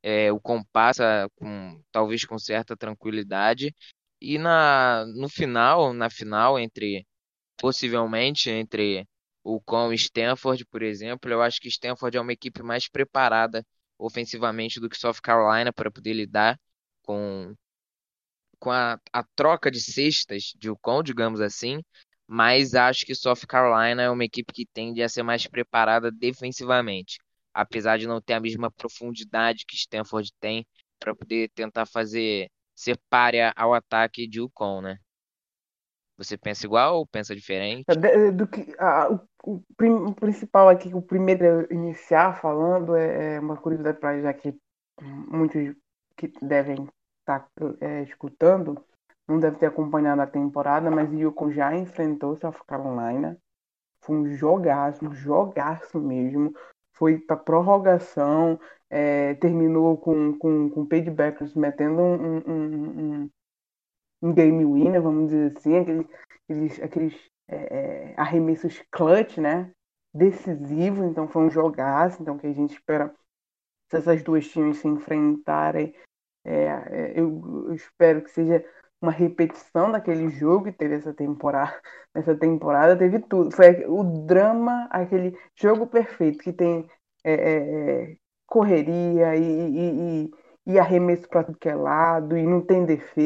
É, o Com passa com talvez com certa tranquilidade. E na no final, na final entre possivelmente entre o Com e Stanford, por exemplo, eu acho que Stanford é uma equipe mais preparada ofensivamente do que South Carolina para poder lidar com com a, a troca de cestas de UConn, digamos assim, mas acho que South Carolina é uma equipe que tende a ser mais preparada defensivamente, apesar de não ter a mesma profundidade que Stanford tem para poder tentar fazer ser párea ao ataque de UConn, né? Você pensa igual ou pensa diferente? De- Do que, ah, o, o prim- o principal aqui, o primeiro a iniciar falando, é, é uma curiosidade para já que muitos que devem estar é, escutando não devem ter acompanhado a temporada, mas o Yukon já enfrentou South Carolina. Foi um jogaço, um jogaço mesmo. Foi para prorrogação, é, terminou com, com, com o Paige Beckers metendo um, um, um, um um game winner, vamos dizer assim, aqueles, aqueles, aqueles é, é, arremessos clutch, né? Decisivos, então foi um jogaço, então que a gente espera se essas duas times se enfrentarem, é, é, eu, eu espero que seja uma repetição daquele jogo que teve essa temporada. Nessa temporada teve tudo. Foi o drama, aquele jogo perfeito que tem é, é, é, correria e, e, e, e arremesso para tudo que é lado, e não tem defesa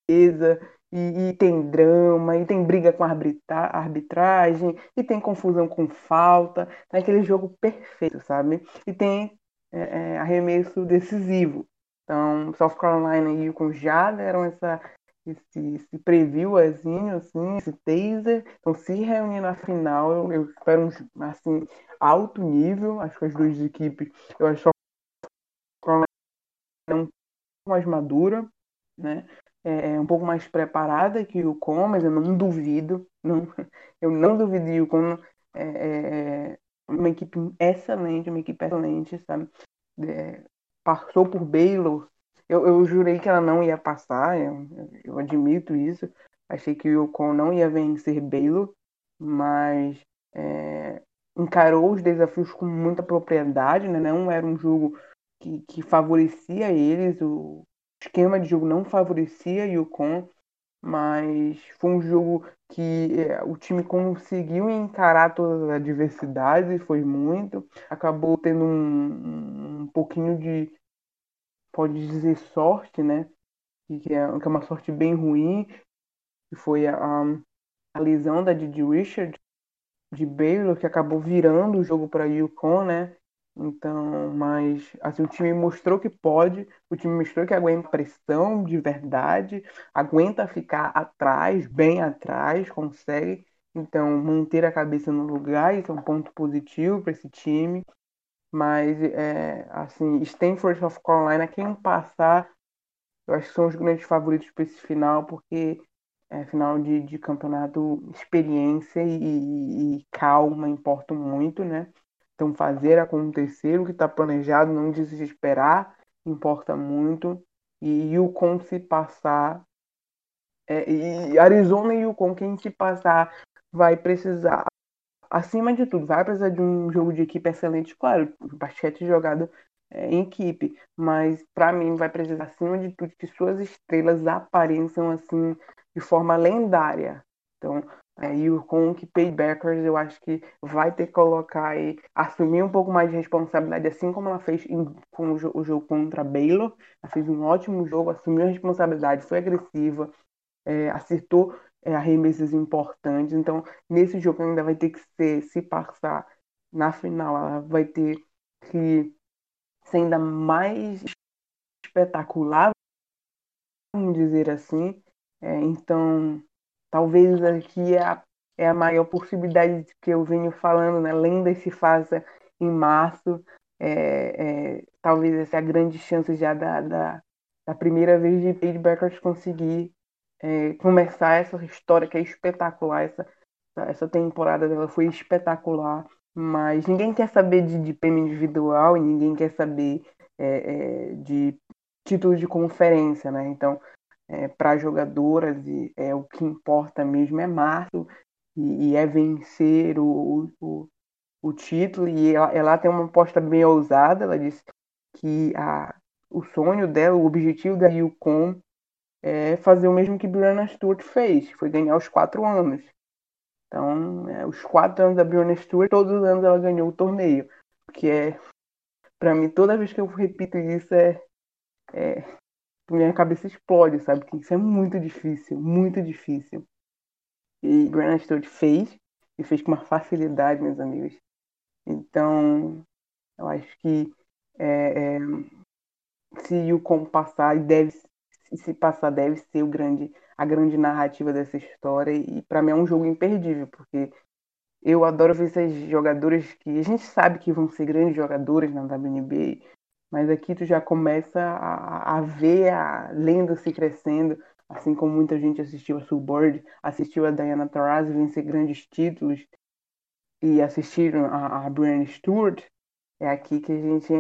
e, e tem drama, e tem briga com a arbitra- arbitragem, e tem confusão com falta. É aquele jogo perfeito, sabe? E tem é, é, arremesso decisivo. Então, South Carolina e Yukon já deram essa, esse, esse preview-azinho, assim, esse teaser. Então, se reunir na final, eu, eu espero um assim, alto nível. Acho que as duas equipes, eu acho que South Carolina é um pouco mais madura, né? É um pouco mais preparada que o Yukon, mas eu não duvido, não, eu não duvido que o Yukon é, é, é uma equipe excelente, uma equipe excelente, sabe? É, passou por Baylor. Eu, eu jurei que ela não ia passar, eu, eu admito isso. Achei que o Yukon não ia vencer Baylor, mas é, encarou os desafios com muita propriedade, né? Não era um jogo que, que favorecia eles, o esquema de jogo não favorecia o Yukon, mas foi um jogo que é, o time conseguiu encarar todas as adversidades, foi muito, acabou tendo um, um pouquinho de, pode dizer, sorte, né? Que é, que é uma sorte bem ruim, que foi a, a lesão da Didi Richard de Baylor, que acabou virando o jogo para Yukon, né? Então, mas assim, o time mostrou que pode, o time mostrou que aguenta pressão de verdade, aguenta ficar atrás, bem atrás, consegue. Então, manter a cabeça no lugar, isso é um ponto positivo para esse time. Mas, é, assim, Stanford, South Carolina, quem passar, eu acho que são os grandes favoritos para esse final, porque é, final de, de campeonato, experiência e, e- e calma importam muito, né? Então, fazer acontecer o que está planejado, não desesperar, importa muito. E Yukon se passar, é, e Arizona e Yukon, quem se passar vai precisar, acima de tudo, vai precisar de um jogo de equipe excelente, claro, basquete jogado é, em equipe, mas para mim vai precisar, acima de tudo, que suas estrelas apareçam assim de forma lendária. Então, é, e o com o que Paybackers eu acho que vai ter que colocar e assumir um pouco mais de responsabilidade, assim como ela fez em, com o, jo- o jogo contra Baylor. Ela fez um ótimo jogo, assumiu a responsabilidade, foi agressiva, é, acertou é, arremessos importantes. Então, nesse jogo ainda vai ter que ser, se passar na final, ela vai ter que ser ainda mais espetacular, vamos dizer assim. É, então, talvez aqui é a, é a maior possibilidade que eu venho falando, né? Lendas se faça em março. É, é, talvez essa é a grande chance já da, da, da primeira vez de Paige Beckers conseguir é, começar essa história que é espetacular. Essa, essa temporada dela foi espetacular, mas ninguém quer saber de, de prêmio individual e ninguém quer saber é, é, de título de conferência, né? Então, é, para jogadoras, e, é, o que importa mesmo é março e, e é vencer o, o, o título. E ela, ela tem uma aposta bem ousada. Ela disse que a, o sonho dela, o objetivo da UConn é fazer o mesmo que Breanna Stewart fez, foi ganhar os quatro anos. Então, é, os quatro anos da Breanna Stewart, todos os anos ela ganhou o torneio. Porque é, pra mim, toda vez que eu repito isso, é, é minha cabeça explode, sabe? Porque isso é muito difícil, muito difícil. E Breanna Stewart fez, e fez com uma facilidade, meus amigos. Então, eu acho que é, é, se o como passar, e deve se passar, deve ser o grande, a grande narrativa dessa história. E para mim é um jogo imperdível, porque eu adoro ver esses jogadores que a gente sabe que vão ser grandes jogadores na W N B A, mas aqui tu já começa a, a ver a lenda se crescendo, assim como muita gente assistiu a Sue Bird, assistiu a Diana Taurasi vencer grandes títulos e assistiram a, a Breanna Stewart. É aqui que a gente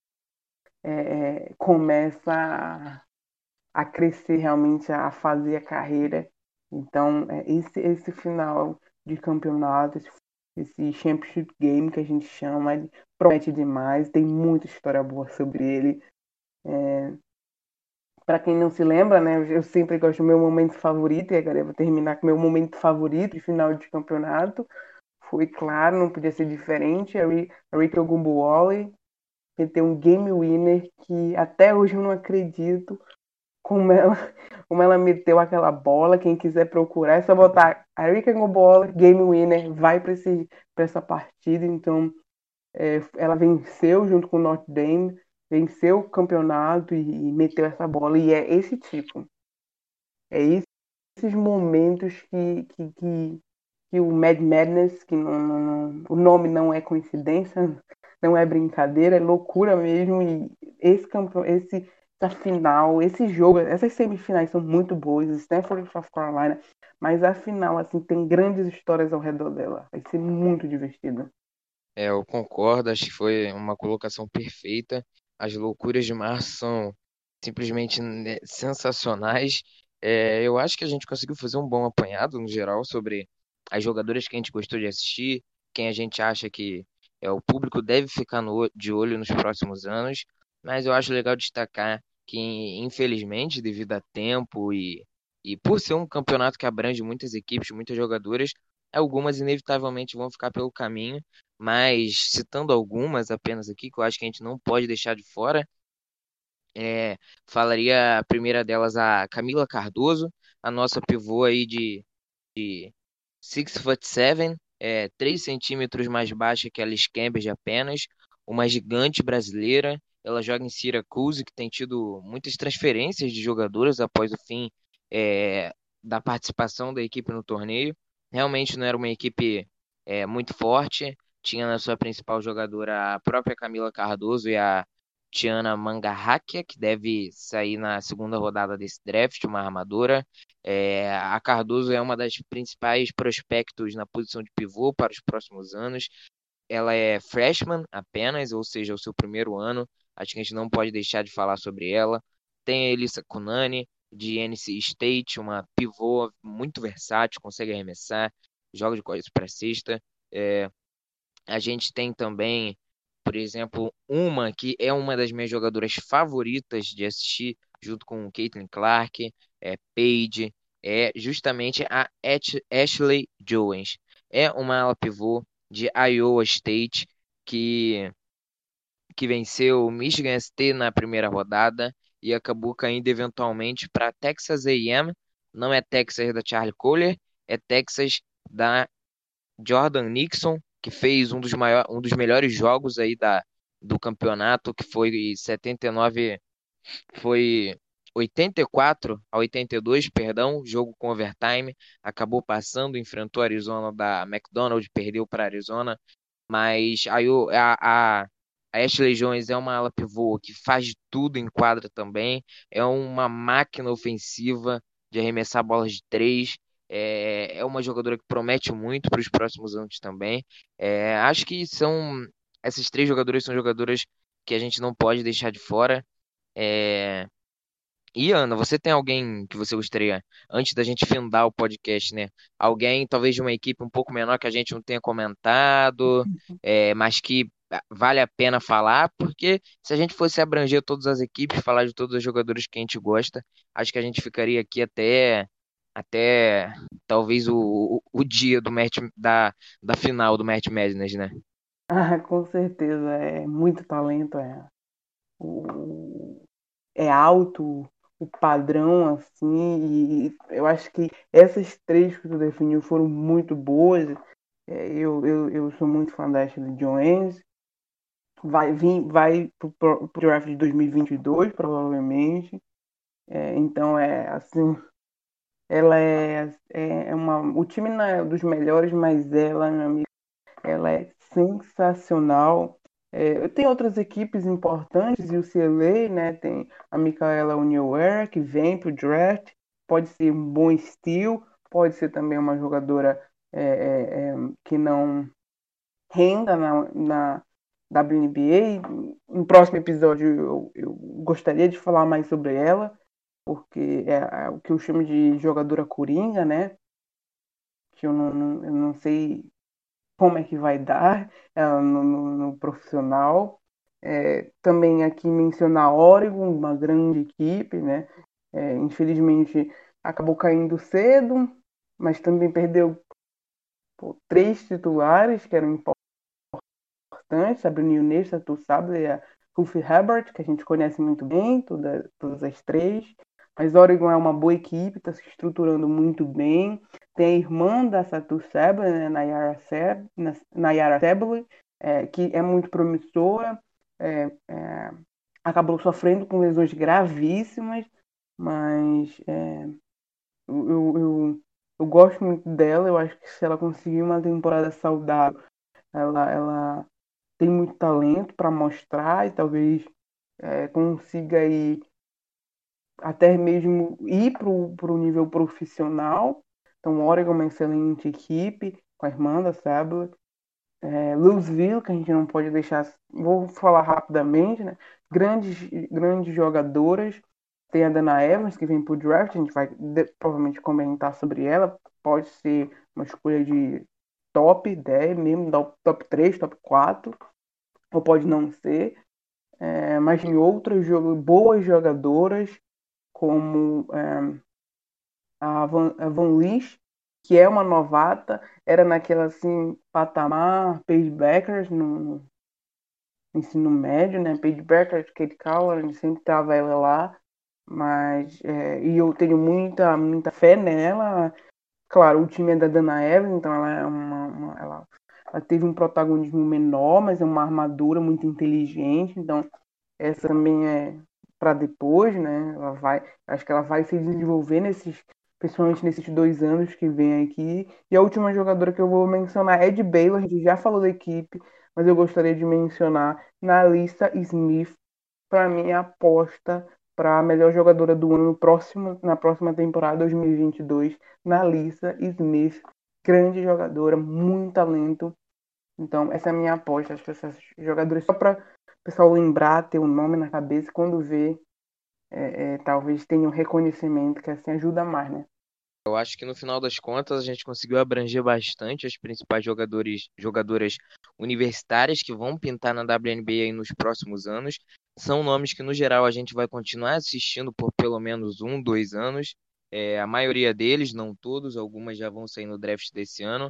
é, é, começa a, a crescer realmente, a fazer a carreira. Então, é, esse, esse final de campeonato, esse, esse Championship Game que a gente chama, ele promete demais, tem muita história boa sobre ele. É, para quem não se lembra, né, eu sempre gosto do meu momento favorito, e agora eu vou terminar com o meu momento favorito de final de campeonato. Foi claro, não podia ser diferente, a Ricky Ogunbowale meteu um game winner que até hoje eu não acredito como ela, como ela meteu aquela bola. Quem quiser procurar, é só botar a Ricky Ogunbowale, game winner, vai para essa partida. Então, é, ela venceu junto com o Notre Dame, venceu o campeonato e, e meteu essa bola. E é esse tipo, é esses momentos que, que, que, que o Mad Madness, que não, não, não, o nome não é coincidência, não é brincadeira, é loucura mesmo. E esse campeão, esse essa final, esse jogo, essas semifinais são muito boas, Stanford e South Carolina, mas a final, assim, tem grandes histórias ao redor dela. Vai ser muito divertido. É, eu concordo, acho que foi uma colocação perfeita. As loucuras de março são simplesmente né, sensacionais. É, eu acho que a gente conseguiu fazer um bom apanhado, no geral, sobre as jogadoras que a gente gostou de assistir, quem a gente acha que é, o público deve ficar no- de olho nos próximos anos. Mas eu acho legal destacar que, infelizmente, devido a tempo e, e por ser um campeonato que abrange muitas equipes, muitas jogadoras, algumas inevitavelmente vão ficar pelo caminho. Mas citando algumas apenas aqui, que eu acho que a gente não pode deixar de fora, é, falaria a primeira delas, a Camila Cardoso, a nossa pivô aí de, de six foot seven, é, três centímetros mais baixa que a Liz Cambridge apenas, uma gigante brasileira. Ela joga em Syracuse, que tem tido muitas transferências de jogadoras após o fim é, da participação da equipe no torneio. Realmente não era uma equipe é, muito forte. Tinha na sua principal jogadora a própria Camila Cardoso e a Tiana Mangarrakia, que deve sair na segunda rodada desse draft, uma armadora. É, a Cardoso é uma das principais prospectos na posição de pivô para os próximos anos. Ela é freshman apenas, ou seja, o seu primeiro ano. Acho que a gente não pode deixar de falar sobre ela. Tem a Elissa Kunani, de N C State, uma pivô muito versátil, consegue arremessar, joga de costas para cesta. É, a gente tem também, por exemplo, uma que é uma das minhas jogadoras favoritas de assistir, junto com Caitlin Clark, é, Paige, é justamente a Ash- Ashley Joens. É uma ala pivô de Iowa State que, que venceu o Michigan State na primeira rodada e acabou caindo eventualmente para Texas A e M. Não é Texas da Charlie Collier, é Texas da Jordan Nixon, que fez um dos maiores, um dos melhores jogos aí da, do campeonato, que foi setenta e nove, foi oitenta e quatro a oitenta e dois, perdão, jogo com overtime, acabou passando, enfrentou a Arizona da McDonald, perdeu para Arizona, mas aí o- a, a, a Ashley Jones é uma ala pivô que faz de tudo em quadra também, é uma máquina ofensiva de arremessar bolas de três, é, é uma jogadora que promete muito para os próximos anos também. É, acho que são essas três jogadoras são jogadoras que a gente não pode deixar de fora. É, e Ana, você tem alguém que você gostaria, antes da gente findar o podcast, né? Alguém talvez de uma equipe um pouco menor que a gente não tenha comentado, é, mas que vale a pena falar, porque se a gente fosse abranger todas as equipes, falar de todos os jogadores que a gente gosta, acho que a gente ficaria aqui até, até talvez o, o, o dia do match, da, da final do March Madness, né? Ah, com certeza, é muito talento, é, o, é alto o padrão, assim, e eu acho que essas três que tu definiu foram muito boas. É, eu, eu, eu sou muito fã da Ashley Jones, vai vir, vai pro, pro pro draft de dois mil e vinte e dois, provavelmente. É, então é assim, ela é, é é uma, o time não é dos melhores, mas ela, meu amigo, ela é sensacional. É, tem outras equipes importantes, e o C L A, né? Tem a Micaela Uniware, que vem pro draft, pode ser um bom steal, pode ser também uma jogadora é, é, é, que não renda na, na W N B A. No próximo episódio eu, eu gostaria de falar mais sobre ela, porque é, é o que eu chamo de jogadora coringa, né? Que eu não, não, eu não sei como é que vai dar é, no, no, no profissional. É, também aqui mencionar Oregon, uma grande equipe, né? É, infelizmente acabou caindo cedo, mas também perdeu pô, três titulares que eram importantes, Sabrina Ionesco, tu sabe, e a Ruth Herbert, que a gente conhece muito bem, toda, todas as três. Mas Oregon é uma boa equipe, está se estruturando muito bem. Tem a irmã da Satu Sebel, né, Nayara, Seb, Nayara Sebel, é, que é muito promissora. É, é, acabou sofrendo com lesões gravíssimas, mas é, eu, eu, eu, eu gosto muito dela. Eu acho que se ela conseguir uma temporada saudável, ela, ela tem muito talento para mostrar e talvez é, consiga ir até mesmo ir para o nível profissional. Então, o Oregon é uma excelente equipe, com a irmã da Sabla. É, Louisville, que a gente não pode deixar. Vou falar rapidamente, né? Grandes, grandes jogadoras. Tem a Dana Evans, que vem para o draft, a gente vai de, provavelmente comentar sobre ela. Pode ser uma escolha de top dez, mesmo top três, top quatro, ou pode não ser. É, mas tem outras jogo, boas jogadoras, como é, a Van, a Van Leash, que é uma novata, era naquela assim, patamar, Paige Beckers no, no ensino médio, né? Paige Beckers, Kate Coward, sempre tava ela lá, mas é, e eu tenho muita, muita fé nela. Claro, o time é da Dana Evans, então ela é uma, uma ela, ela teve um protagonismo menor, mas é uma armadura muito inteligente, então essa também é para depois, né? Ela vai, acho que ela vai se desenvolver nesses, principalmente nesses dois anos que vem aqui. E a última jogadora que eu vou mencionar é de Baylor, a gente já falou da equipe, mas eu gostaria de mencionar Nalissa Smith, para mim é a aposta para a melhor jogadora do ano no próximo, na próxima temporada dois mil e vinte e dois, Nalissa Smith, grande jogadora, muito talento. Então, essa é a minha aposta. Acho que essas jogadoras, só para o pessoal lembrar, ter o nome na cabeça, quando vê, é, é, talvez tenha um reconhecimento, que assim ajuda mais, né? Eu acho que no final das contas a gente conseguiu abranger bastante as principais jogadores, jogadoras universitárias que vão pintar na W N B A aí nos próximos anos. São nomes que, no geral, a gente vai continuar assistindo por pelo menos um, dois anos. É, a maioria deles, não todos, algumas já vão sair no draft desse ano.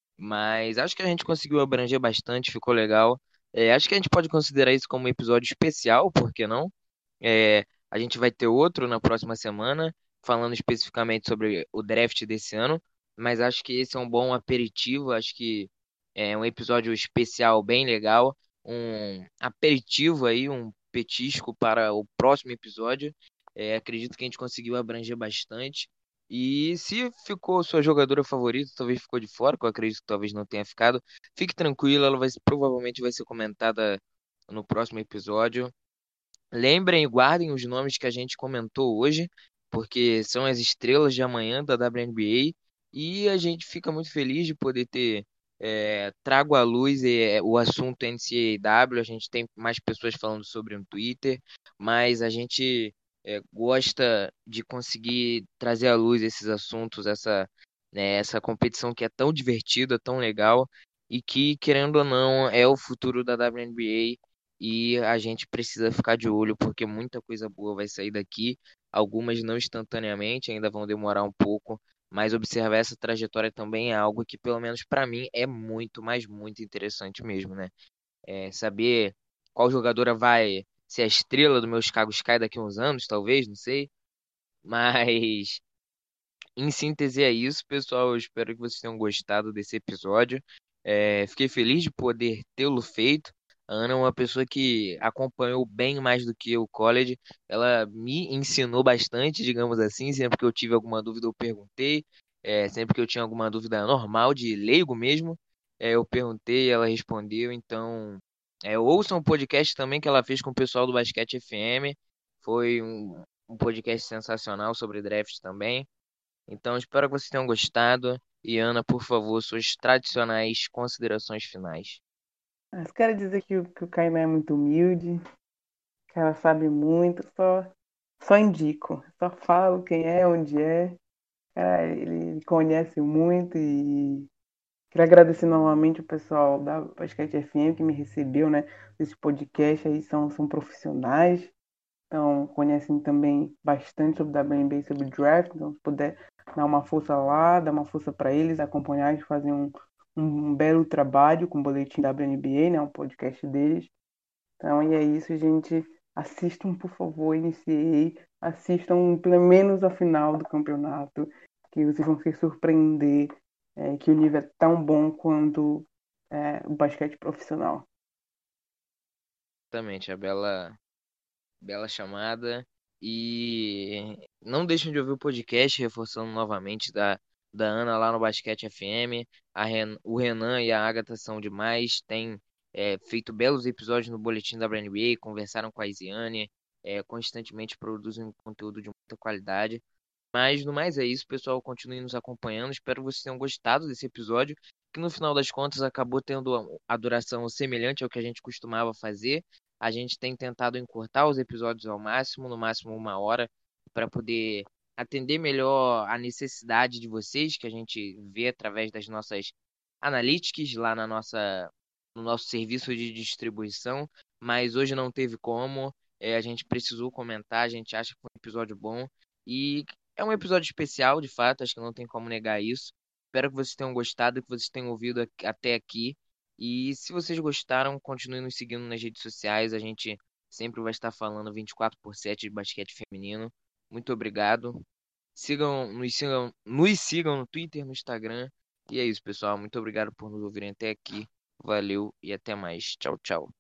Mas acho que a gente conseguiu abranger bastante, ficou legal. É, acho que a gente pode considerar isso como um episódio especial, por que não? É, a gente vai ter outro na próxima semana, falando especificamente sobre o draft desse ano, mas acho que esse é um bom aperitivo, acho que é um episódio especial bem legal, um aperitivo aí, um petisco para o próximo episódio. É, acredito que a gente conseguiu abranger bastante. E se ficou sua jogadora favorita, talvez ficou de fora, que eu acredito que talvez não tenha ficado, fique tranquilo, ela vai, provavelmente vai ser comentada no próximo episódio. Lembrem e guardem os nomes que a gente comentou hoje, porque são as estrelas de amanhã da W N B A e a gente fica muito feliz de poder ter é, trago à luz é, o assunto N C A A W. A gente tem mais pessoas falando sobre no Twitter, mas a gente é, gosta de conseguir trazer à luz esses assuntos, essa, né, essa competição que é tão divertida, tão legal. e que, querendo ou não, é o futuro da W N B A e a gente precisa ficar de olho porque muita coisa boa vai sair daqui, algumas não instantaneamente, ainda vão demorar um pouco, mas observar essa trajetória também é algo que, pelo menos para mim, é muito, mas muito interessante mesmo, né? É, saber qual jogadora vai ser a estrela do meu Chicago Sky daqui a uns anos, talvez, não sei. Mas, em síntese, é isso, pessoal. Eu espero que vocês tenham gostado desse episódio. É, fiquei feliz de poder tê-lo feito. A Ana é uma pessoa que acompanhou bem mais do que eu o college. Ela me ensinou bastante, digamos assim. Sempre que eu tive alguma dúvida, eu perguntei. É, sempre que eu tinha alguma dúvida normal, de leigo mesmo, é, eu perguntei, ela respondeu. Então, é, ouçam um podcast também que ela fez com o pessoal do Basquete F M. Foi um, um podcast sensacional sobre draft também. Então, espero que vocês tenham gostado. E Ana, por favor, suas tradicionais considerações finais. Mas quero dizer que, o- que o Kainan é muito humilde, que ela sabe muito, só, só indico, só falo quem é, onde é. Cara, ele conhece muito e quero agradecer novamente o pessoal da Basquete F M que me recebeu, né? Esse podcast aí são, são profissionais, então conhecem também bastante sobre W N B A, sobre draft, então se puder dar uma força lá, dar uma força para eles, acompanhar eles, fazer um, um belo trabalho com o Boletim W N B A, né? Um podcast deles. Então, e é isso, gente. Assistam, por favor, iniciei. Assistam pelo menos a final do campeonato, que vocês vão se surpreender, é, que o nível é tão bom quanto é, o basquete profissional. Exatamente, a bela, bela chamada. E não deixem de ouvir o podcast, reforçando novamente da, da Ana lá no Basquete F M. A Ren- o Renan e a Agatha são demais. Têm é, feito belos episódios no Boletim da W N B A, conversaram com a Isiane, é, constantemente produzem conteúdo de muita qualidade. Mas no mais é isso, pessoal. Continue nos acompanhando. Espero que vocês tenham gostado desse episódio, que no final das contas acabou tendo a a duração semelhante ao que a gente costumava fazer. A gente tem tentado encurtar os episódios ao máximo, no máximo uma hora, para poder atender melhor a necessidade de vocês, que a gente vê através das nossas analytics lá na nossa, no nosso serviço de distribuição. Mas hoje não teve como. É, a gente precisou comentar, a gente acha que foi um episódio bom. E é um episódio especial, de fato, acho que não tem como negar isso. Espero que vocês tenham gostado, que vocês tenham ouvido aqui- até aqui. E se vocês gostaram, continuem nos seguindo nas redes sociais. A gente sempre vai estar falando vinte e quatro por sete de basquete feminino. Muito obrigado. Sigam, nos sigam, nos sigam no Twitter, no Instagram. E é isso, pessoal. Muito obrigado por nos ouvirem até aqui. Valeu e até mais. Tchau, tchau.